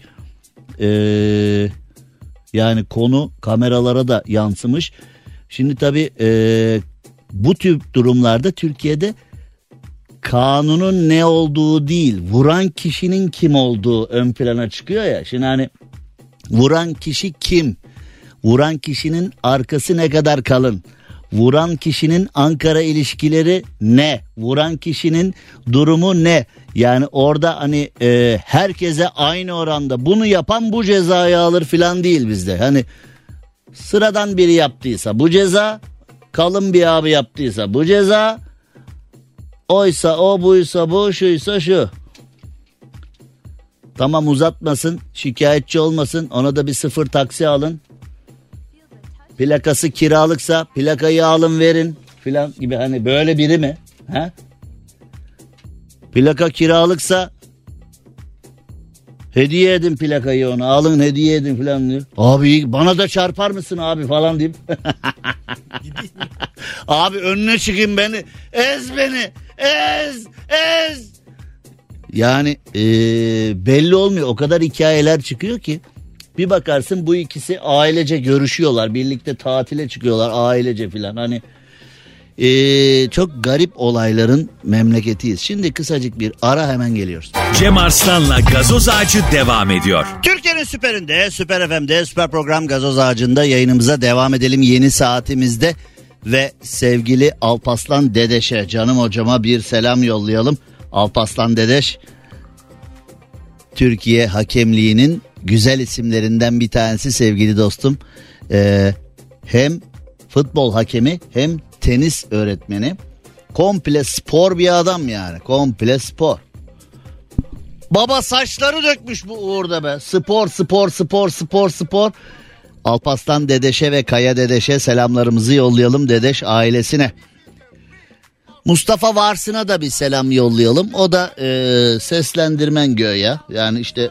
Yani konu kameralara da yansımış. Şimdi tabii bu tür durumlarda Türkiye'de kanunun ne olduğu değil, vuran kişinin kim olduğu ön plana çıkıyor ya. Şimdi hani vuran kişi kim? Vuran kişinin arkası ne kadar kalın? Vuran kişinin Ankara ilişkileri ne? Vuran kişinin durumu ne? Yani orada hani herkese aynı oranda bunu yapan bu cezayı alır filan değil bizde. Hani sıradan biri yaptıysa bu ceza, kalın bir abi yaptıysa bu ceza, oysa o, buysa bu, şuysa şu. Tamam, uzatmasın, şikayetçi olmasın, ona da bir sıfır taksi alın. Plakası kiralıksa plakayı alın verin filan gibi, hani böyle biri mi? He? Plaka kiralıksa hediye edin plakayı, ona alın hediye edin filan diyor. Abi bana da çarpar mısın abi falan diyeyim. Abi önüne çıkın, beni ez, beni ez. Yani belli olmuyor, o kadar hikayeler çıkıyor ki. Bir bakarsın bu ikisi ailece görüşüyorlar, birlikte tatile çıkıyorlar ailece filan. Hani çok garip olayların memleketiyiz. Şimdi kısacık bir ara, hemen geliyoruz. Cem Arslan'la Gazoz Ağacı devam ediyor. Türkiye'nin süperinde, Süper FM'de, süper program Gazoz Ağacı'nda yayınımıza devam edelim yeni saatimizde. Ve sevgili Alparslan Dedeş'e, canım hocama bir selam yollayalım. Alparslan Dedeş, Türkiye hakemliğinin güzel isimlerinden bir tanesi sevgili dostum. Hem futbol hakemi hem tenis öğretmeni. Komple spor bir adam yani. Komple spor. Baba saçları dökmüş bu uğurda be. Spor. Alparslan Dedeş'e ve Kaya Dedeş'e selamlarımızı yollayalım, Dedeş ailesine. Mustafa Varsın'a da bir selam yollayalım. O da seslendirmen göya. Yani işte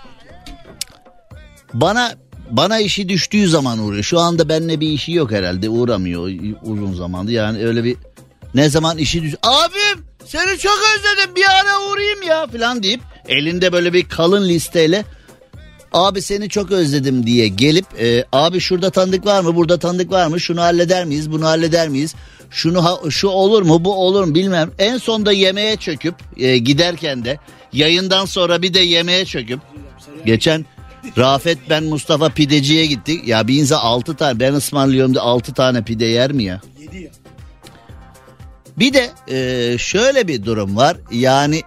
bana işi düştüğü zaman uğruyor. Şu anda benimle bir işi yok herhalde. Uğramıyor uzun zamandır. Yani öyle bir, ne zaman işi düş... Abim seni çok özledim, bir ara uğrayayım ya falan deyip elinde böyle bir kalın listeyle abi seni çok özledim diye gelip abi şurada tanıdık var mı, burada tanıdık var mı, şunu halleder miyiz, bunu halleder miyiz, şu olur mu, bu olur mu bilmem. En sonda yemeğe çöküp giderken de yayından sonra bir de yemeğe çöküp, geçen Rafet ben Mustafa pideciye gittik. Ya bir insan 6 tane, ben ısmarlıyorum da 6 tane pide yer mi ya? 7 ya. Bir de şöyle bir durum var. Yani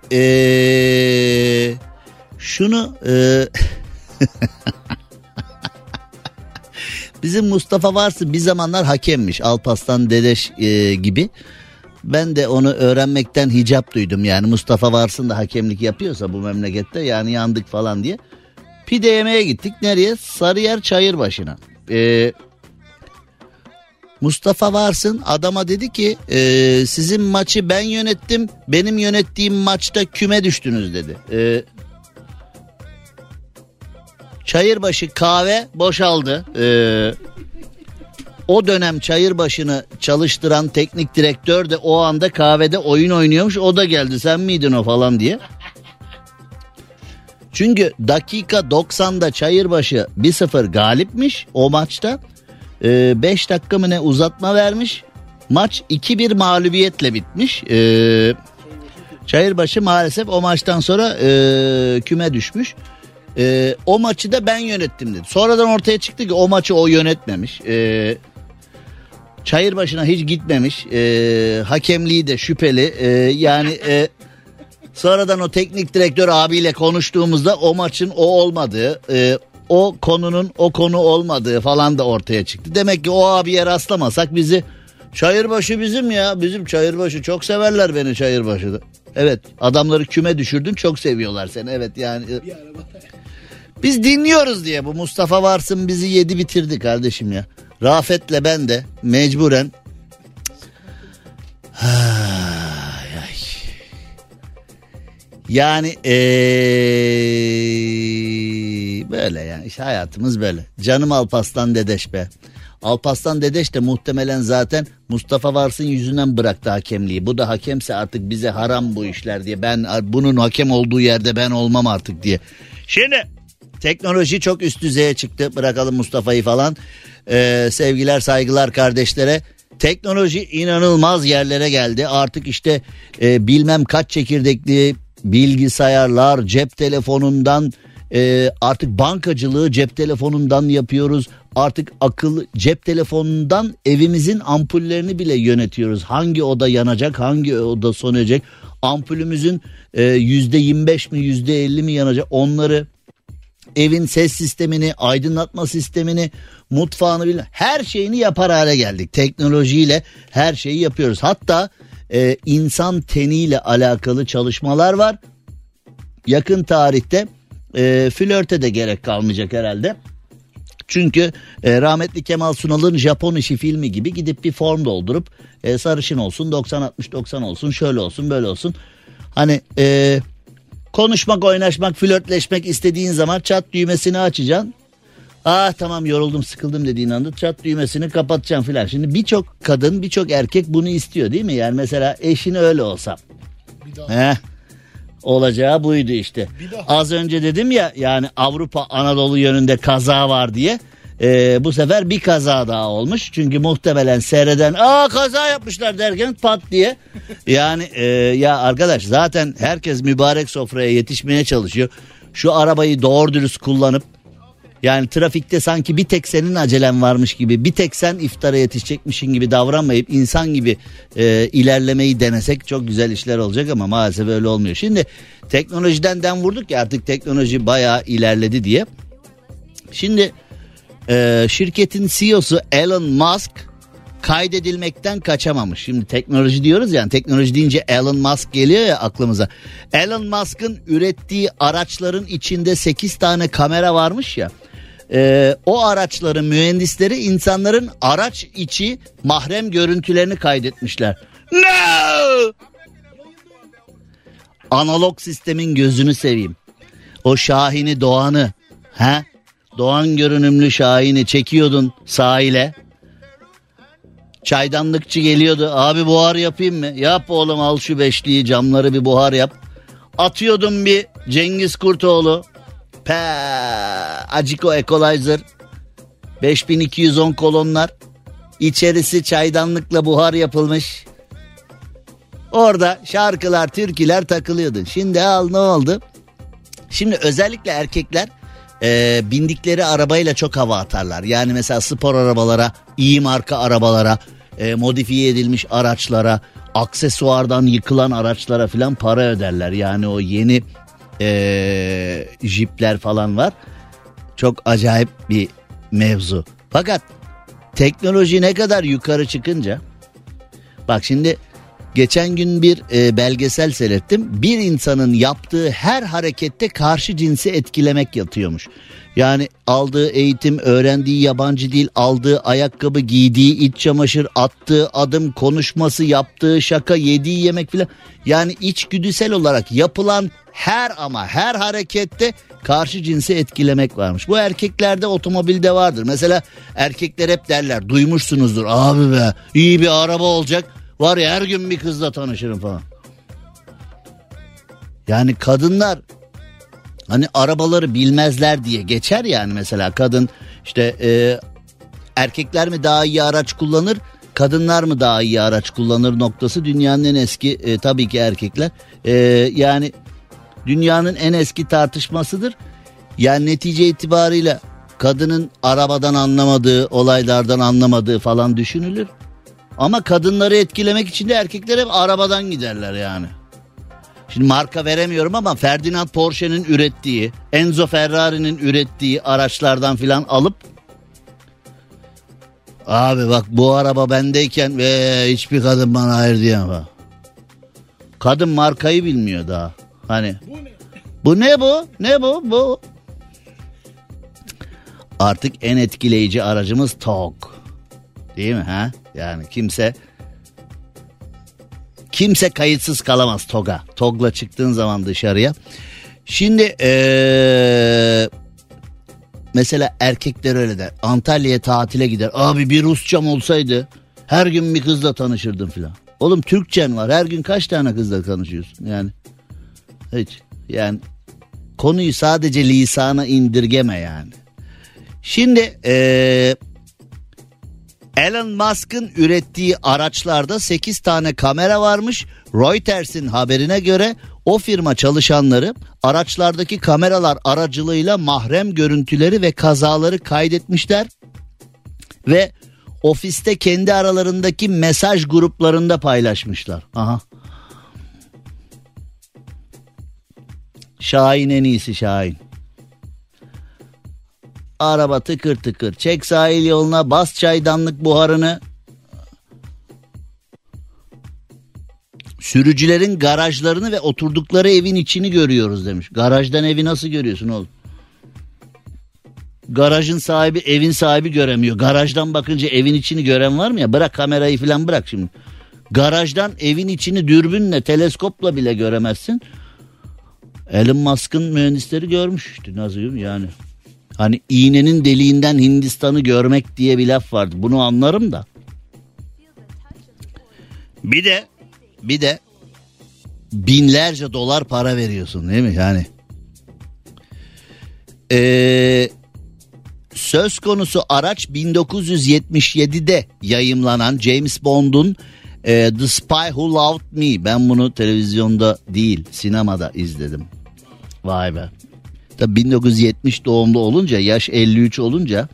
şunu bizim Mustafa Varsın bir zamanlar hakemmiş. Alparslan Dedeş gibi. Ben de onu öğrenmekten hicap duydum. Yani Mustafa Varsın da hakemlik yapıyorsa bu memlekette, yani yandık falan diye. Pide yemeye gittik. Nereye? Sarıyer Çayırbaşı'na. Mustafa Varsın adama dedi ki sizin maçı ben yönettim, benim yönettiğim maçta küme düştünüz dedi. Çayırbaşı kahve boşaldı. O dönem Çayırbaşı'nı çalıştıran teknik direktör de o anda kahvede oyun oynuyormuş. O da geldi, sen miydin o falan diye. Çünkü dakika 90'da Çayırbaşı 1-0 galipmiş o maçta. 5 dakika mı ne uzatma vermiş. Maç 2-1 mağlubiyetle bitmiş. Çayırbaşı maalesef o maçtan sonra küme düşmüş. O maçı da ben yönettim dedi. Sonradan ortaya çıktı ki o maçı o yönetmemiş. Çayırbaşı'na hiç gitmemiş. Hakemliği de şüpheli. Sonradan o teknik direktör abiyle konuştuğumuzda o maçın o olmadığı, o konunun o konu olmadığı falan da ortaya çıktı. Demek ki o abiye rastlamasak bizi, Çayırbaşı bizim ya, bizim Çayırbaşı, çok severler beni Çayırbaşı'da. Evet, adamları küme düşürdün, çok seviyorlar seni, evet yani. Biz dinliyoruz diye bu Mustafa Varsın bizi yedi bitirdi kardeşim ya. Rafet'le ben de mecburen yani böyle yani işte hayatımız böyle. Canım Alparslan Dedeş be. Alparslan Dedeş de muhtemelen zaten Mustafa Varsın yüzünden bıraktı hakemliği. Bu da hakemse artık bize haram bu işler diye. Ben bunun hakem olduğu yerde ben olmam artık diye. Şimdi teknoloji çok üst düzeye çıktı. Bırakalım Mustafa'yı falan. Sevgiler saygılar kardeşlere. Teknoloji inanılmaz yerlere geldi. Artık işte bilmem kaç çekirdekli bilgisayarlar, cep telefonundan artık bankacılığı cep telefonundan yapıyoruz. Artık akıllı cep telefonundan evimizin ampullerini bile yönetiyoruz. Hangi oda yanacak, hangi oda sönecek, ampulümüzün %25 mi %50 mi yanacak, onları, evin ses sistemini, aydınlatma sistemini, mutfağını bile, her şeyini yapar hale geldik. Teknolojiyle her şeyi yapıyoruz. Hatta insan teniyle alakalı çalışmalar var. Yakın tarihte flörte de gerek kalmayacak herhalde. Çünkü rahmetli Kemal Sunal'ın Japon işi filmi gibi gidip bir form doldurup sarışın olsun, 90-60-90 olsun, şöyle olsun, böyle olsun. Hani konuşmak, oynaşmak, flörtleşmek istediğin zaman çat düğmesini açacaksın. Tamam yoruldum, sıkıldım dediğin anda çat düğmesini kapatacaksın filan. Şimdi birçok kadın, birçok erkek bunu istiyor değil mi? Yani mesela eşin öyle olsa. Olacağı buydu işte. Az önce dedim ya, yani Avrupa Anadolu yönünde kaza var diye. Bu sefer bir kaza daha olmuş. Çünkü muhtemelen seyreden kaza yapmışlar derken pat diye. Yani ya arkadaş, zaten herkes mübarek sofraya yetişmeye çalışıyor. Şu arabayı doğru dürüst kullanıp, yani trafikte sanki bir tek senin acelen varmış gibi, bir tek sen iftara yetişecekmişin gibi davranmayıp insan gibi ilerlemeyi denesek çok güzel işler olacak ama maalesef öyle olmuyor. Şimdi teknolojiden dem vurduk ya, artık teknoloji bayağı ilerledi diye. Şimdi şirketin CEO'su Elon Musk kaydedilmekten kaçamamış. Şimdi teknoloji diyoruz yani, teknoloji deyince Elon Musk geliyor ya aklımıza. Elon Musk'ın ürettiği araçların içinde 8 tane kamera varmış ya. O araçların mühendisleri insanların araç içi mahrem görüntülerini kaydetmişler. No! Analog sistemin gözünü seveyim. O Şahin'i, Doğan'ı, Doğan görünümlü Şahin'i çekiyordun sahile. Çaydanlıkçı geliyordu. Abi buhar yapayım mı? Yap oğlum, al şu beşliği, camları bir buhar yap. Atıyordum bir Cengiz Kurtoğlu. Aciko Equalizer. 5210 kolonlar. İçerisi çaydanlıkla buhar yapılmış. Orada şarkılar, türküler takılıyordu. Şimdi ne oldu? Şimdi özellikle erkekler bindikleri arabayla çok hava atarlar. Yani mesela spor arabalara, iyi marka arabalara, modifiye edilmiş araçlara, aksesuardan yıkılan araçlara falan para öderler. Yani o yeni jipler falan var. Çok acayip bir mevzu. Fakat teknoloji ne kadar yukarı çıkınca, bak şimdi Geçen gün bir belgesel seyrettim. Bir insanın yaptığı her harekette karşı cinsi etkilemek yatıyormuş. Yani aldığı eğitim, öğrendiği yabancı dil, aldığı ayakkabı, giydiği iç çamaşır, attığı adım, konuşması, yaptığı şaka, yediği yemek filan. Yani içgüdüsel olarak yapılan her harekette karşı cinsi etkilemek varmış. Bu erkeklerde otomobilde vardır. Mesela erkekler hep derler, duymuşsunuzdur. Abi be, iyi bir araba olacak. Var ya, her gün bir kızla tanışırım falan. Yani kadınlar hani arabaları bilmezler diye geçer yani. Mesela kadın işte erkekler mi daha iyi araç kullanır, kadınlar mı daha iyi araç kullanır noktası dünyanın en eski tabii ki erkekler. Yani dünyanın en eski tartışmasıdır. Yani netice itibarıyla kadının arabadan anlamadığı, olaylardan anlamadığı falan düşünülür. Ama kadınları etkilemek için de erkekler hep arabadan giderler yani. Şimdi marka veremiyorum ama Ferdinand Porsche'nin ürettiği, Enzo Ferrari'nin ürettiği araçlardan filan alıp, abi bak bu araba bendeyken ve hiçbir kadın bana hayır diyemem. Kadın markayı bilmiyor daha. Hani bu ne bu? Artık en etkileyici aracımız TOG. Değil mi ha? Yani kimse kayıtsız kalamaz TOG'a. TOG'la çıktığın zaman dışarıya. Şimdi mesela erkekler öyle der. Antalya'ya tatile gider. Abi bir Rusçam olsaydı her gün bir kızla tanışırdım filan. Oğlum Türkçen var. Her gün kaç tane kızla tanışıyorsun? Yani hiç. Yani konuyu sadece lisana indirgeme yani. Şimdi Elon Musk'ın ürettiği araçlarda 8 tane kamera varmış. Reuters'in haberine göre o firma çalışanları araçlardaki kameralar aracılığıyla mahrem görüntüleri ve kazaları kaydetmişler. Ve ofiste kendi aralarındaki mesaj gruplarında paylaşmışlar. Aha. Şahin en iyisi Şahin. Araba tıkır tıkır. Çek sahil yoluna, bas çaydanlık buharını. Sürücülerin garajlarını ve oturdukları evin içini görüyoruz demiş. Garajdan evi nasıl görüyorsun oğlum? Garajın sahibi, evin sahibi göremiyor. Garajdan bakınca evin içini gören var mı ya? Bırak kamerayı falan, bırak şimdi. Garajdan evin içini dürbünle, teleskopla bile göremezsin. Elon Musk'ın mühendisleri görmüş işte, nasıl yani. Hani iğnenin deliğinden Hindistan'ı görmek diye bir laf vardı. Bunu anlarım da. Bir de binlerce dolar para veriyorsun değil mi? Yani söz konusu araç 1977'de yayımlanan James Bond'un The Spy Who Loved Me. Ben bunu televizyonda değil, sinemada izledim. Vay be. Tabii 1970 doğumlu olunca, yaş 53 olunca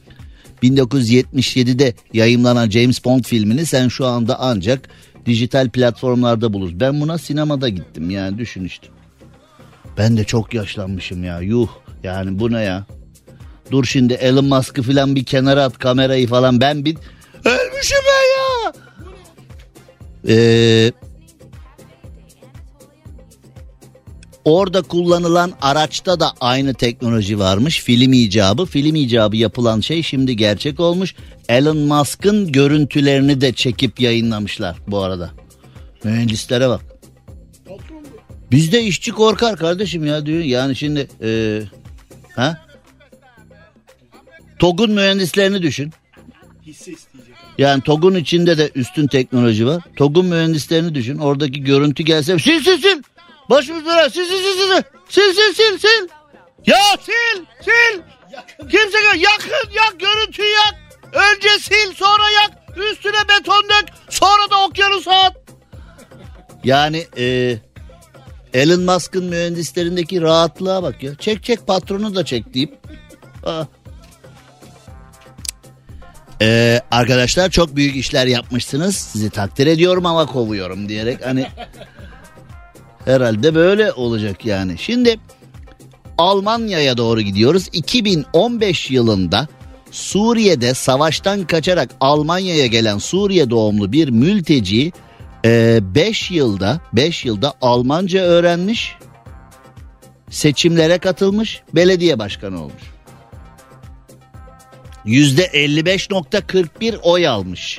1977'de yayımlanan James Bond filmini sen şu anda ancak dijital platformlarda bulursun. Ben buna sinemada gittim yani, düşün işte. Ben de çok yaşlanmışım ya, yuh yani, bu ne ya? Dur şimdi Elon Musk'ı falan bir kenara at, kamerayı falan, ben bir ölmüşüm ben ya. Orada kullanılan araçta da aynı teknoloji varmış. Film icabı yapılan şey şimdi gerçek olmuş. Elon Musk'ın görüntülerini de çekip yayınlamışlar bu arada. Mühendislere bak. Bizde işçi korkar kardeşim ya diyor. Yani şimdi TOG'un mühendislerini düşün. Yani TOG'un içinde de üstün teknoloji var. TOG'un mühendislerini düşün. Oradaki görüntü gelse sil. Başımızda sil. Ya sil. Kimse yak görüntüyü yak. Önce sil, sonra yak. Üstüne beton dök. Sonra da okyanusa at. Yani Elon Musk'ın mühendislerindeki rahatlığa bak ya. Çek patronu da çek deyip. Arkadaşlar çok büyük işler yapmışsınız. Sizi takdir ediyorum ama kovuyorum diyerek hani herhalde böyle olacak yani. Şimdi Almanya'ya doğru gidiyoruz. 2015 yılında Suriye'de savaştan kaçarak Almanya'ya gelen Suriye doğumlu bir mülteci 5 yılda Almanca öğrenmiş, seçimlere katılmış, belediye başkanı olmuş. %55.41 oy almış.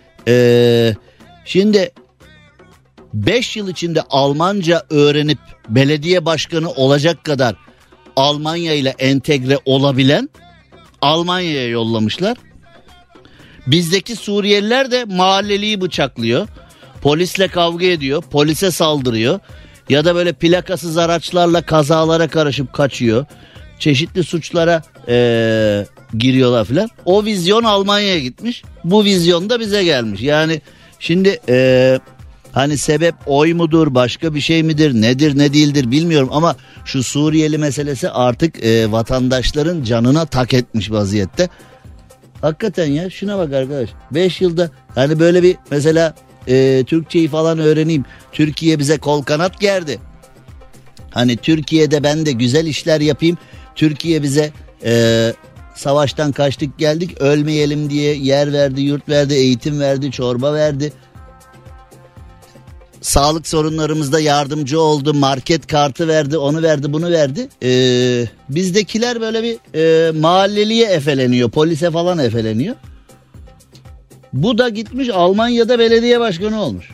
Şimdi 5 yıl içinde Almanca öğrenip belediye başkanı olacak kadar Almanya ile entegre olabilen Almanya'ya yollamışlar. Bizdeki Suriyeliler de mahalleliyi bıçaklıyor. Polisle kavga ediyor. Polise saldırıyor. Ya da böyle plakasız araçlarla kazalara karışıp kaçıyor. Çeşitli suçlara giriyorlar filan. O vizyon Almanya'ya gitmiş. Bu vizyon da bize gelmiş. Yani şimdi hani sebep oy mudur, başka bir şey midir, nedir ne değildir bilmiyorum. Ama şu Suriyeli meselesi artık vatandaşların canına tak etmiş vaziyette. Hakikaten ya, şuna bak arkadaş. 5 yılda hani böyle bir mesela Türkçeyi falan öğreneyim. Türkiye bize kol kanat gerdi. Hani Türkiye'de ben de güzel işler yapayım. Türkiye bize savaştan kaçtık geldik, ölmeyelim diye yer verdi, yurt verdi, eğitim verdi, çorba verdi. Sağlık sorunlarımızda yardımcı oldu, market kartı verdi, onu verdi, bunu verdi. Bizdekiler böyle bir mahalleliye efeleniyor, polise falan efeleniyor. Bu da gitmiş Almanya'da belediye başkanı olmuş.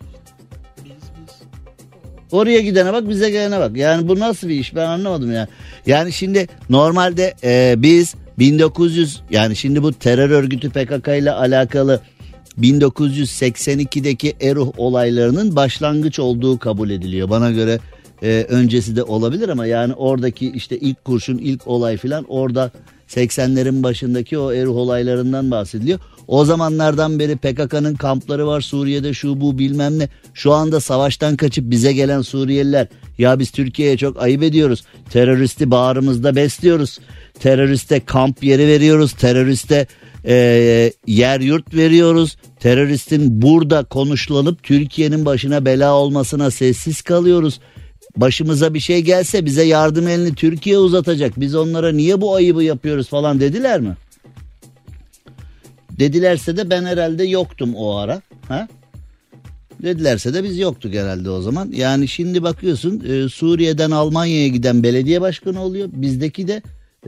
Oraya gidene bak, bize gelene bak. Yani bu nasıl bir iş, ben anlamadım ya. Yani şimdi normalde biz 1900, yani şimdi bu terör örgütü PKK ile alakalı 1982'deki Eruh olaylarının başlangıç olduğu kabul ediliyor. Bana göre öncesi de olabilir ama yani oradaki işte ilk kurşun, ilk olay filan orada 80'lerin başındaki o Eruh olaylarından bahsediliyor. O zamanlardan beri PKK'nın kampları var Suriye'de, şu bu bilmem ne. Şu anda savaştan kaçıp bize gelen Suriyeliler, ya biz Türkiye'ye çok ayıp ediyoruz. Teröristi bağrımızda besliyoruz. Teröriste kamp yeri veriyoruz. Teröriste yer yurt veriyoruz. Teröristin burada konuşlanıp Türkiye'nin başına bela olmasına sessiz kalıyoruz. Başımıza bir şey gelse bize yardım elini Türkiye uzatacak. Biz onlara niye bu ayıbı yapıyoruz falan dediler mi? Dedilerse de ben herhalde yoktum o ara. Ha? Dedilerse de biz yoktuk herhalde o zaman. Yani şimdi bakıyorsun Suriye'den Almanya'ya giden belediye başkanı oluyor. Bizdeki de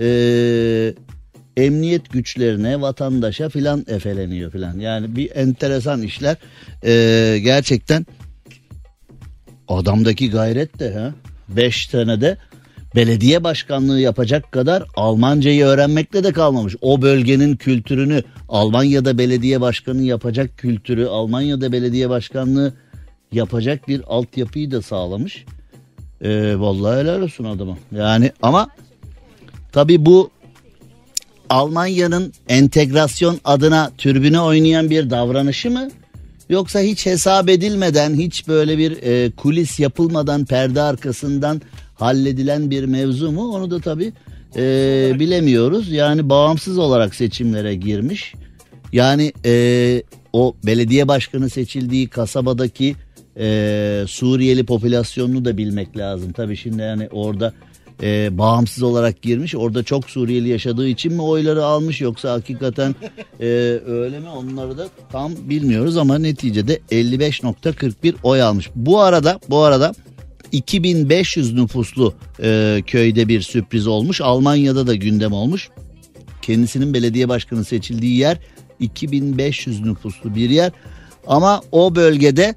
emniyet güçlerine, vatandaşa filan efeleniyor filan. Yani bir enteresan işler. Gerçekten adamdaki gayret de 5 senede belediye başkanlığı yapacak kadar Almancayı öğrenmekle de kalmamış. O bölgenin kültürünü, Almanya'da belediye başkanı yapacak kültürü, Almanya'da belediye başkanlığı yapacak bir altyapıyı da sağlamış. Vallahi helal olsun adama. Yani ama tabii bu Almanya'nın entegrasyon adına türbüne oynayan bir davranışı mı? Yoksa hiç hesap edilmeden, hiç böyle bir kulis yapılmadan, perde arkasından halledilen bir mevzu mu? Onu da tabii bilemiyoruz. Yani bağımsız olarak seçimlere girmiş. Yani o belediye başkanı seçildiği kasabadaki Suriyeli popülasyonunu da bilmek lazım. Tabii şimdi yani orada bağımsız olarak girmiş. Orada çok Suriyeli yaşadığı için mi oyları almış, yoksa hakikaten öyle mi, onları da tam bilmiyoruz ama neticede 55.41 oy almış. Bu arada 2500 nüfuslu köyde bir sürpriz olmuş. Almanya'da da gündem olmuş. Kendisinin belediye başkanı seçildiği yer 2500 nüfuslu bir yer. Ama o bölgede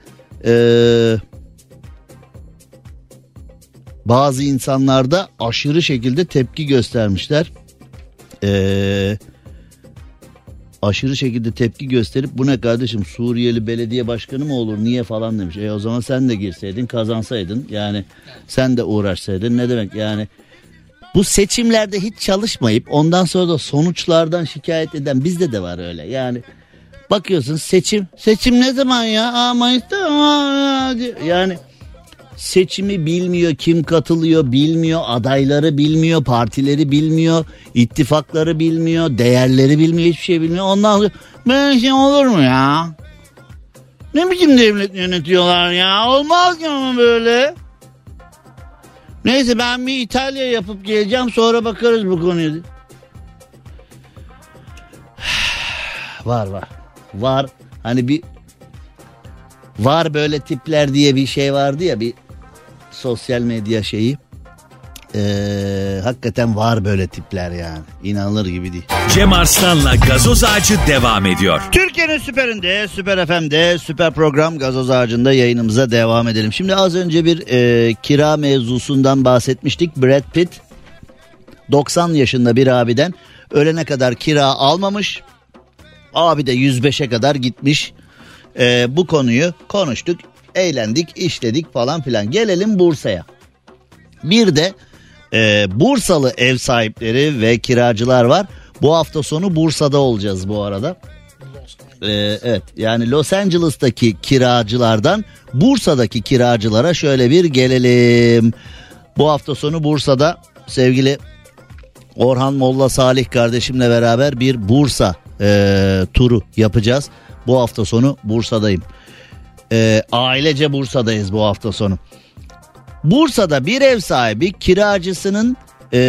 bazı insanlar da aşırı şekilde tepki göstermişler. Aşırı şekilde tepki gösterip bu ne kardeşim, Suriyeli belediye başkanı mı olur, niye falan demiş. O zaman sen de girseydin, kazansaydın, yani sen de uğraşsaydın, ne demek yani. Bu seçimlerde hiç çalışmayıp ondan sonra da sonuçlardan şikayet eden bizde de var öyle. Yani bakıyorsun seçim ne zaman ya? Mayıs'ta yani seçimi bilmiyor, kim katılıyor bilmiyor, adayları bilmiyor, partileri bilmiyor, ittifakları bilmiyor, değerleri bilmiyor, hiçbir şey bilmiyor. Ondan sonra böyle şey olur mu ya? Ne biçim devlet yönetiyorlar ya? Olmaz ki ama böyle. Neyse ben bir İtalya yapıp geleceğim, sonra bakarız bu konuya. Var. Hani bir Var böyle tipler diye bir şey vardı ya, bir sosyal medya şeyi. Hakikaten var böyle tipler yani. İnanılır gibi değil. Cem Arslan'la Gazoz Ağacı devam ediyor. Türkiye'nin süperinde, Süper FM'de, Süper Program Gazoz Ağacı'nda yayınımıza devam edelim. Şimdi az önce bir kira mevzusundan bahsetmiştik. Brad Pitt 90 yaşında bir abiden ölene kadar kira almamış. Abi de 105'e kadar gitmiş. Bu konuyu konuştuk, eğlendik, işledik falan filan. Gelelim Bursa'ya. Bir de Bursalı ev sahipleri ve kiracılar var. Bu hafta sonu Bursa'da olacağız bu arada. Evet, yani Los Angeles'taki kiracılardan Bursa'daki kiracılara şöyle bir gelelim. Bu hafta sonu Bursa'da sevgili Orhan Molla Salih kardeşimle beraber bir Bursa turu yapacağız. Bu hafta sonu Bursa'dayım. Ailece Bursa'dayız bu hafta sonu. Bursa'da bir ev sahibi kiracısının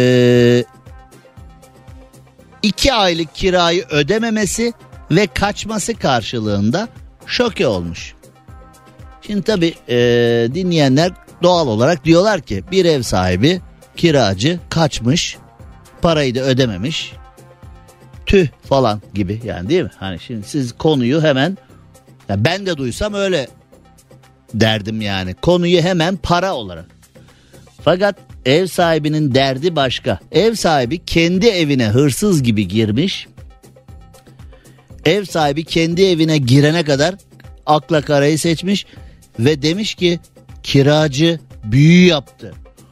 2 aylık kirayı ödememesi ve kaçması karşılığında şoke olmuş. Şimdi tabii dinleyenler doğal olarak diyorlar ki bir ev sahibi kiracı kaçmış, parayı da ödememiş, tüh falan gibi yani, değil mi? Hani şimdi siz konuyu hemen, ya ben de duysam öyle derdim yani, konuyu hemen para olarak. Fakat ev sahibinin derdi başka. Ev sahibi kendi evine hırsız gibi girmiş. Ev sahibi kendi evine girene kadar akla karayı seçmiş ve demiş ki kiracı büyü yaptı.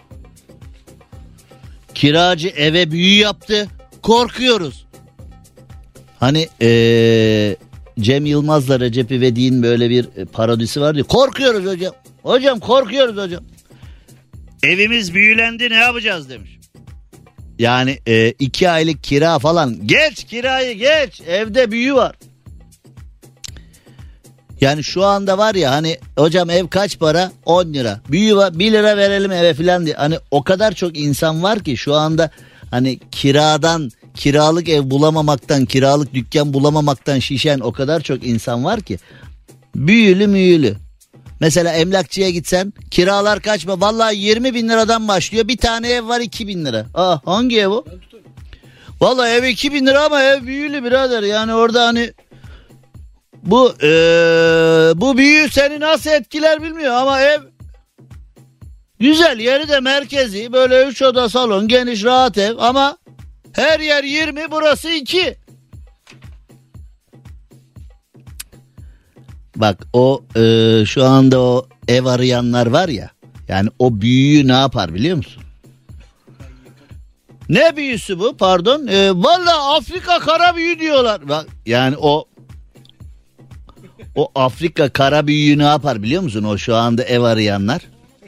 Kiracı eve büyü yaptı, korkuyoruz. Hani Cem Yılmaz'la Recep İvedik'in böyle bir parodisi vardı. Korkuyoruz hocam. Hocam korkuyoruz hocam. Evimiz büyülendi, ne yapacağız demiş. Yani 2 aylık kira falan. Geç kirayı geç. Evde büyü var. Yani şu anda var ya hani hocam ev kaç para? 10 lira. Büyü var, 1 lira verelim eve falan diye. Hani o kadar çok insan var ki şu anda hani kiralık ev bulamamaktan, kiralık dükkan bulamamaktan şişen o kadar çok insan var ki. Büyülü. Mesela emlakçıya gitsen kiralar kaç mı? Vallahi 20 bin liradan başlıyor. Bir tane ev var 2 bin lira. Hangi ev o? Vallahi ev 2 bin lira ama ev büyülü birader. Yani orada hani bu büyü seni nasıl etkiler bilmiyorum ama ev güzel, yeri de merkezi, böyle 3 oda salon, geniş rahat ev ama her yer 20, burası 2. Bak o şu anda o ev arayanlar var ya, yani o büyüyü ne yapar biliyor musun? Ne büyüsü bu pardon? Vallahi Afrika kara büyü diyorlar. Bak, yani o Afrika kara büyüyü ne yapar biliyor musun? O şu anda ev arayanlar.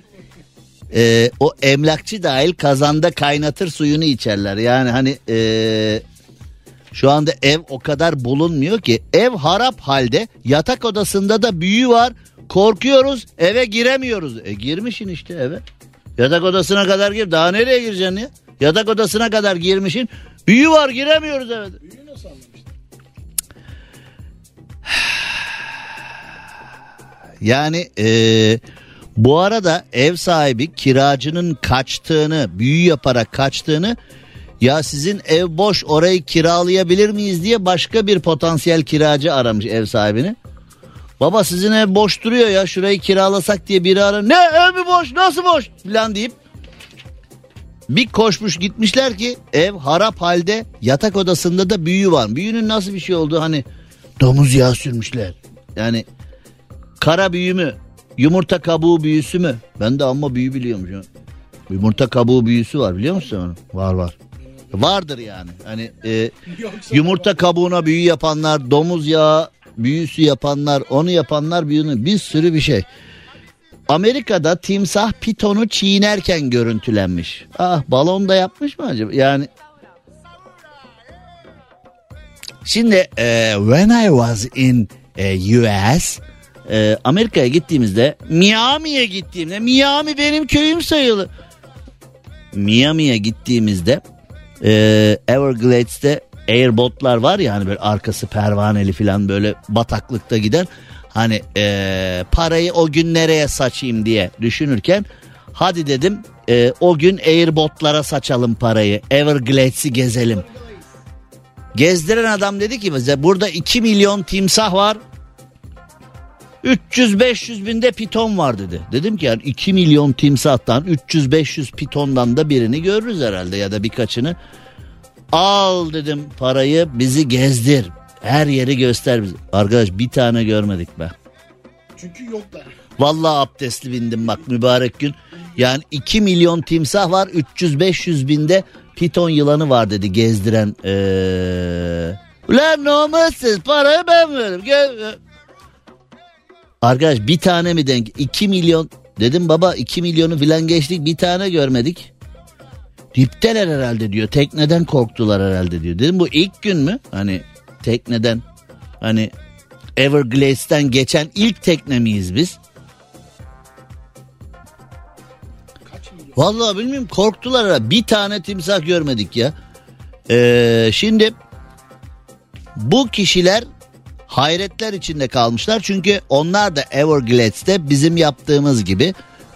O emlakçı dahil kazanda kaynatır suyunu içerler. Yani hani şu anda ev o kadar bulunmuyor ki. Ev harap halde, yatak odasında da büyü var. Korkuyoruz, eve giremiyoruz. Girmişsin işte eve. Yatak odasına kadar gir. Daha nereye gireceksin ya? Yatak odasına kadar girmişsin. Büyü var, giremiyoruz eve. Büyü nasıl anlamışlar? Yani bu arada ev sahibi kiracının kaçtığını, büyü yaparak kaçtığını, ya sizin ev boş orayı kiralayabilir miyiz diye başka bir potansiyel kiracı aramış ev sahibini. Baba sizin ev boş duruyor ya, şurayı kiralasak diye biri arar. Ne ev mi boş, nasıl boş falan deyip bir koşmuş gitmişler ki ev harap halde, yatak odasında da büyü var. Büyünün nasıl bir şey olduğu, hani domuz yağı sürmüşler. Yani kara büyü mü, yumurta kabuğu büyüsü mü? Ben de amma büyü biliyormuşum. Yumurta kabuğu büyüsü var, biliyor musun onu? Var. Vardır yani. Hani yumurta kabuğuna büyü yapanlar, domuz yağı büyüsü yapanlar, onu yapanlar, büyünü, bir sürü bir şey. Amerika'da timsah pitonu çiğnerken görüntülenmiş. Balon da yapmış mı acaba? Yani şimdi when I was in US, Amerika'ya gittiğimizde, Miami benim köyüm sayılır. Miami'ye gittiğimizde Everglades'te airbotlar var ya, hani böyle arkası pervaneli falan, böyle bataklıkta giden. Hani parayı o gün nereye saçayım diye düşünürken hadi dedim o gün Airbot'lara saçalım parayı. Everglades'i gezelim. Gezdiren adam dedi ki bize burada 2 milyon timsah var. 300-500 binde piton var dedi. Dedim ki yani 2 milyon timsahtan 300-500 pitondan da birini görürüz herhalde ya da birkaçını. Al dedim parayı, bizi gezdir. Her yeri göster bize. Arkadaş bir tane görmedik be. Çünkü yoklar. Vallahi abdestli bindim bak mübarek gün. Yani 2 milyon timsah var, 300-500 binde piton yılanı var dedi gezdiren. Ulan namussuz, parayı ben veririm. Arkadaş bir tane mi denk? 2 milyon. Dedim baba 2 milyonu filan geçtik, bir tane görmedik. Dipteler herhalde diyor. Tekneden korktular herhalde diyor. Dedim bu ilk gün mü? Hani tekneden, hani Everglades'ten geçen ilk tekne miyiz biz? Vallahi bilmiyorum, korktular herhalde. Bir tane timsah görmedik ya. Şimdi bu kişiler hayretler içinde kalmışlar. Çünkü onlar da Everglades'te bizim yaptığımız gibi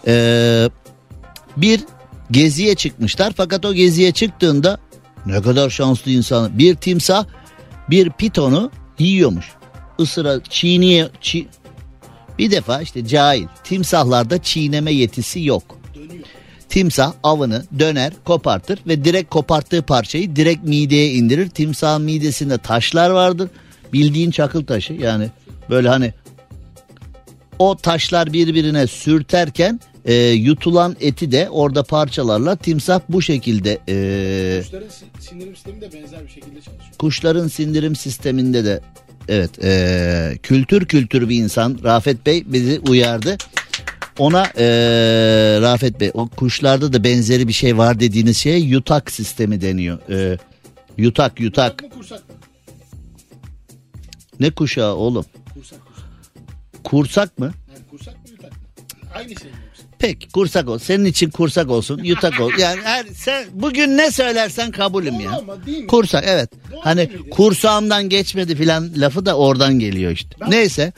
bir geziye çıkmışlar. Fakat o geziye çıktığında ne kadar şanslı insan. Bir timsah bir pitonu yiyormuş. Çiğniyor. Bir defa işte cahil. Timsahlarda çiğneme yetisi yok. Timsah avını döner, kopartır ve direkt koparttığı parçayı direkt mideye indirir. Timsahın midesinde taşlar vardır. Bildiğin çakıl taşı, yani böyle hani o taşlar birbirine sürterken yutulan eti de orada parçalarla. Timsah bu şekilde. Kuşların sindirim sistemi de benzer bir şekilde çalışıyor. Kuşların sindirim sisteminde de evet, kültür bir insan Rafet Bey bizi uyardı. Ona Rafet Bey, o kuşlarda da benzeri bir şey var dediğiniz şeye yutak sistemi deniyor. Yutak. Kursak mı? Ne kuşağı oğlum? Kursak mı? Yani kursak mı yutak mı? Aynı şey mi? Peki kursak olsun. Senin için kursak olsun, yutak olsun. Yani sen bugün ne söylersen kabulüm ya. Kursak, evet. Doğru, hani kursağımdan geçmedi filan lafı da oradan geliyor işte. Neyse.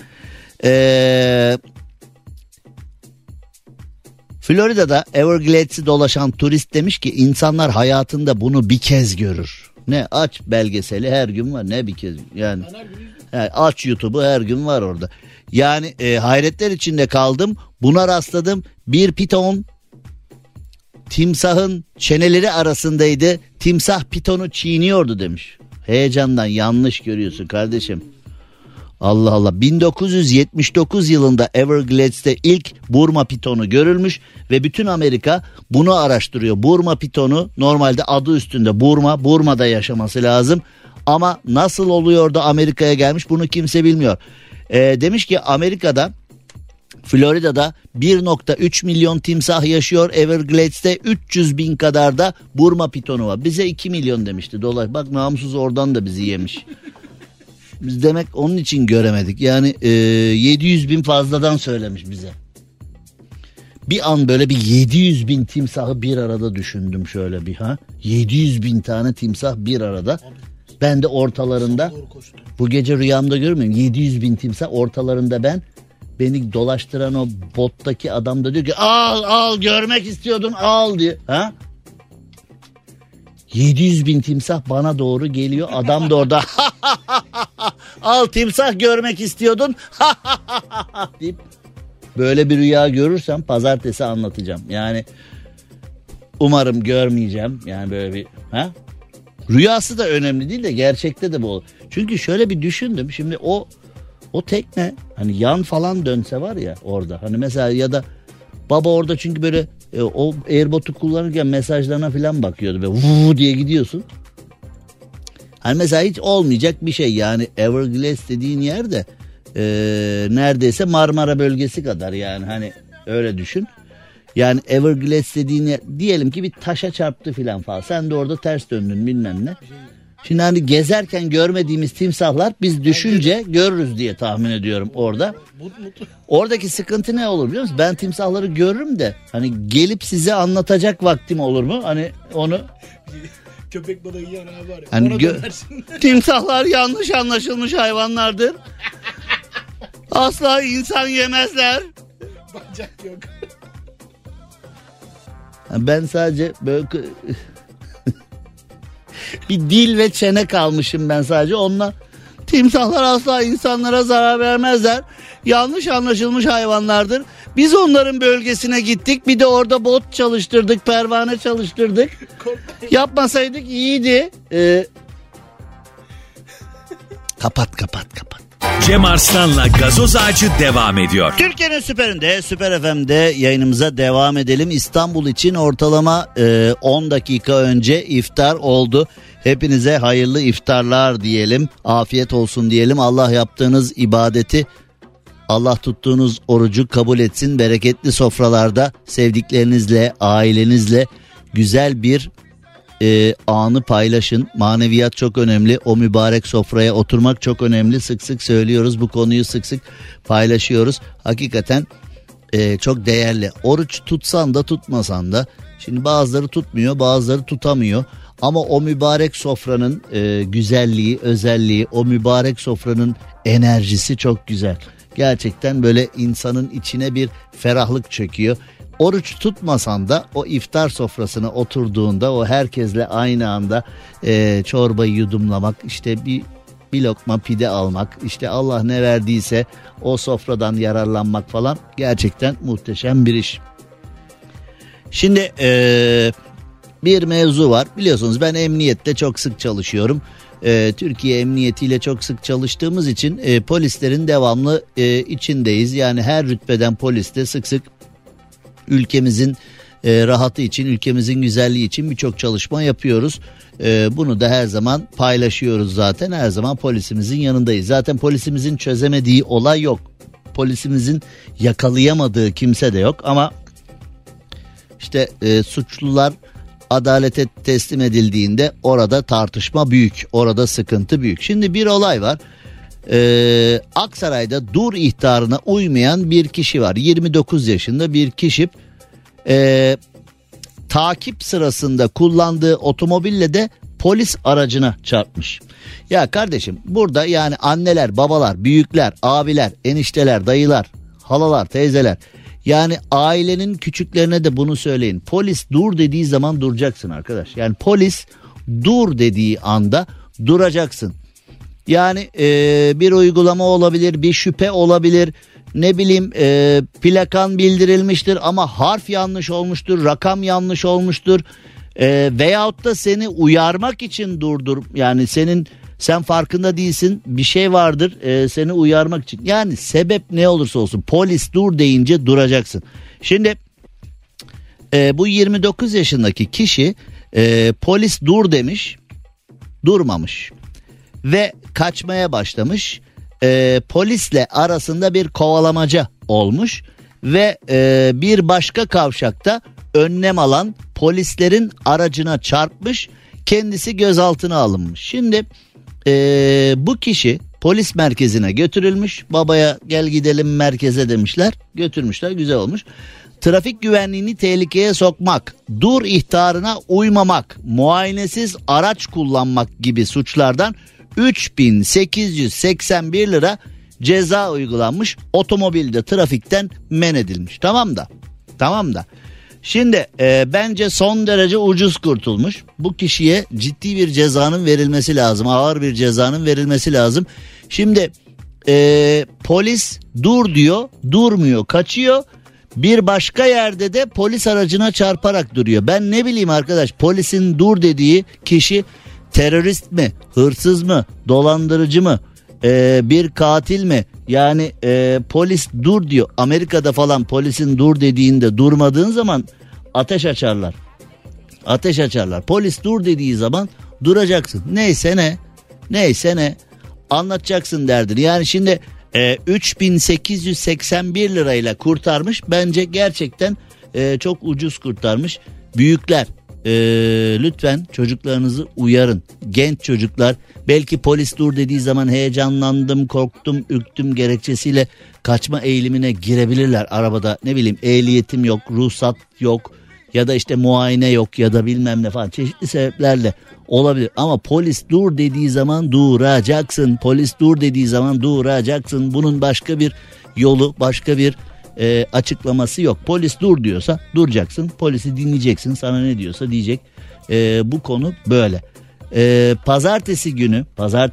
Florida'da Everglades'i dolaşan turist demiş ki insanlar hayatında bunu bir kez görür. Ne aç belgeseli her gün var, ne bir kez yani aç YouTube'u her gün var orada. Yani hayretler içinde kaldım. Buna rastladım. Bir piton timsahın çeneleri arasındaydı. Timsah pitonu çiğniyordu demiş. Heyecandan yanlış görüyorsun kardeşim. Allah Allah. 1979 yılında Everglades'te ilk Burma pitonu görülmüş ve bütün Amerika bunu araştırıyor. Burma pitonu normalde adı üstünde Burma'da yaşaması lazım. Ama nasıl oluyor da Amerika'ya gelmiş bunu kimse bilmiyor. Demiş ki Amerika'da, Florida'da 1.3 milyon timsah yaşıyor. Everglades'te 300 bin kadar da Burma pitonu var. Bize 2 milyon demişti dolar. Bak namussuz oradan da bizi yemiş. Biz demek onun için göremedik. Yani 700 bin fazladan söylemiş bize. Bir an böyle bir 700 bin timsahı bir arada düşündüm şöyle bir 700 bin tane timsah bir arada. Ben de ortalarında, bu gece rüyamda görmüyorum, 700 bin timsah ortalarında ben. Beni dolaştıran o bottaki adam da diyor ki al görmek istiyordun al diyor. 700 bin timsah bana doğru geliyor, adam da orada al timsah görmek istiyordun deyip böyle bir rüya görürsem pazartesi anlatacağım. Yani umarım görmeyeceğim yani böyle bir rüyası da önemli değil de gerçekte de bu. Çünkü şöyle bir düşündüm şimdi, o tekne hani yan falan dönse var ya orada, hani mesela ya da baba orada çünkü böyle o Airbot'u kullanırken mesajlarına falan bakıyordu ve vuu diye gidiyorsun. Hani mesela hiç olmayacak bir şey yani Everglades dediğin yerde neredeyse Marmara bölgesi kadar yani, hani öyle düşün. Yani Everglades dediğin yer, diyelim ki bir taşa çarptı falan. Sen de orada ters döndün bilmem ne. Şimdi hani gezerken görmediğimiz timsahlar biz düşünce görürüz diye tahmin ediyorum orada. Oradaki sıkıntı ne olur biliyor musun? Ben timsahları görürüm de hani gelip size anlatacak vaktim olur mu? Hani onu... Köpek balığı yiyen abi var ya. Hani timsahlar yanlış anlaşılmış hayvanlardır. asla insan yemezler. Bacak yok. Ben sadece böyle bir dil ve çene kalmışım ben sadece onunla. Timsahlar asla insanlara zarar vermezler. Yanlış anlaşılmış hayvanlardır. Biz onların bölgesine gittik. Bir de orada bot çalıştırdık, pervane çalıştırdık. Yapmasaydık iyiydi. Kapat. Cem Arslan'la Gazoz Ağacı devam ediyor. Türkiye'nin süperinde, Süper FM'de yayınımıza devam edelim. İstanbul için ortalama 10 dakika önce iftar oldu. Hepinize hayırlı iftarlar diyelim. Afiyet olsun diyelim. Allah yaptığınız ibadeti, Allah tuttuğunuz orucu kabul etsin. Bereketli sofralarda sevdiklerinizle, ailenizle güzel bir anı paylaşın. Maneviyat çok önemli. O mübarek sofraya oturmak çok önemli. Sık sık söylüyoruz. Bu konuyu sık sık paylaşıyoruz. Hakikaten çok değerli. Oruç tutsan da tutmasan da. Şimdi bazıları tutmuyor, bazıları tutamıyor. Ama o mübarek sofranın güzelliği, özelliği, o mübarek sofranın enerjisi çok güzel. Gerçekten böyle insanın içine bir ferahlık çöküyor. Oruç tutmasan da o iftar sofrasına oturduğunda o herkesle aynı anda çorbayı yudumlamak, işte bir lokma pide almak, işte Allah ne verdiyse o sofradan yararlanmak falan gerçekten muhteşem bir iş. Şimdi bir mevzu var, biliyorsunuz ben emniyette çok sık çalışıyorum. Türkiye emniyetiyle çok sık çalıştığımız için polislerin devamlı içindeyiz. Yani her rütbeden poliste sık sık ülkemizin rahatı için, ülkemizin güzelliği için birçok çalışma yapıyoruz. Bunu da her zaman paylaşıyoruz zaten. Her zaman polisimizin yanındayız. Zaten polisimizin çözemediği olay yok. Polisimizin yakalayamadığı kimse de yok. Ama işte suçlular adalete teslim edildiğinde orada tartışma büyük. Orada sıkıntı büyük. Şimdi bir olay var. Aksaray'da dur ihtarına uymayan bir kişi var. 29 yaşında bir kişi takip sırasında kullandığı otomobille de polis aracına çarpmış. Ya kardeşim, burada yani anneler, babalar, büyükler, abiler, enişteler, dayılar, halalar, teyzeler, yani ailenin küçüklerine de bunu söyleyin. Polis dur dediği zaman duracaksın arkadaş. Yani polis dur dediği anda duracaksın. Yani bir uygulama olabilir, bir şüphe olabilir, ne bileyim plakan bildirilmiştir ama harf yanlış olmuştur, rakam yanlış olmuştur veyahut da seni uyarmak için durdur. Yani sen farkında değilsin, bir şey vardır seni uyarmak için. Yani sebep ne olursa olsun polis dur deyince duracaksın. Şimdi bu 29 yaşındaki kişi polis dur demiş, durmamış. Ve kaçmaya başlamış. Polisle arasında bir kovalamaca olmuş ve bir başka kavşakta önlem alan polislerin aracına çarpmış, kendisi gözaltına alınmış. Şimdi bu kişi polis merkezine götürülmüş, babaya gel gidelim merkeze demişler, götürmüşler, güzel olmuş. Trafik güvenliğini tehlikeye sokmak, dur ihtarına uymamak, muayenesiz araç kullanmak gibi suçlardan 3.881 lira ceza uygulanmış. Otomobilde trafikten men edilmiş. Tamam da. Şimdi bence son derece ucuz kurtulmuş. Bu kişiye ciddi bir cezanın verilmesi lazım. Ağır bir cezanın verilmesi lazım. Şimdi polis dur diyor, durmuyor, kaçıyor. Bir başka yerde de polis aracına çarparak duruyor. Ben ne bileyim arkadaş, polisin dur dediği kişi terörist mi, hırsız mı, dolandırıcı mı, bir katil mi? Yani polis dur diyor. Amerika'da falan polisin dur dediğinde durmadığın zaman ateş açarlar. Polis dur dediği zaman duracaksın. Neyse ne anlatacaksın derdini. Yani şimdi 3.881 lirayla kurtarmış. Bence gerçekten çok ucuz kurtarmış. Büyükler, lütfen çocuklarınızı uyarın. Genç çocuklar belki polis dur dediği zaman heyecanlandım, korktum, ürktüm gerekçesiyle kaçma eğilimine girebilirler arabada. Ne bileyim, ehliyetim yok, ruhsat yok. ya da işte muayene yok ya da bilmem ne falan, çeşitli sebeplerle olabilir. Ama polis dur dediği zaman duracaksın. Polis dur dediği zaman duracaksın. Bunun başka bir yolu, başka bir açıklaması yok. Polis dur diyorsa duracaksın. Polisi dinleyeceksin. Sana ne diyorsa diyecek. Bu konu böyle. Pazartesi günü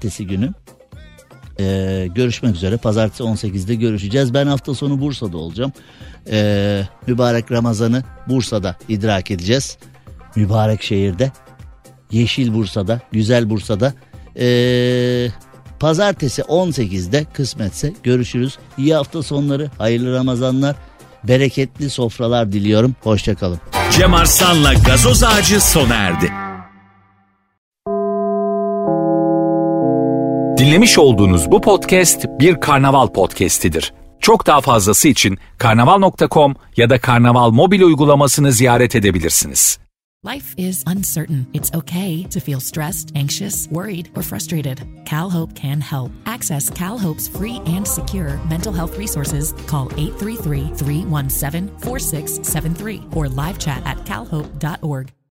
görüşmek üzere. Pazartesi 18'de görüşeceğiz. Ben hafta sonu Bursa'da olacağım. Mübarek Ramazan'ı Bursa'da idrak edeceğiz. Mübarek şehirde. Yeşil Bursa'da, güzel Bursa'da. Pazartesi 18'de kısmetse görüşürüz. İyi hafta sonları, hayırlı Ramazanlar, bereketli sofralar diliyorum. Hoşçakalın. Cem Arslan'la Gazoz Ağacı sona erdi. Dinlemiş olduğunuz bu podcast bir karnaval podcastidir. Çok daha fazlası için karnaval.com ya da karnaval mobil uygulamasını ziyaret edebilirsiniz. Life is uncertain. It's okay to feel stressed, anxious, worried, or frustrated. CalHope can help. Access CalHope's free and secure mental health resources. Call 833-317-4673 or live chat at calhope.org.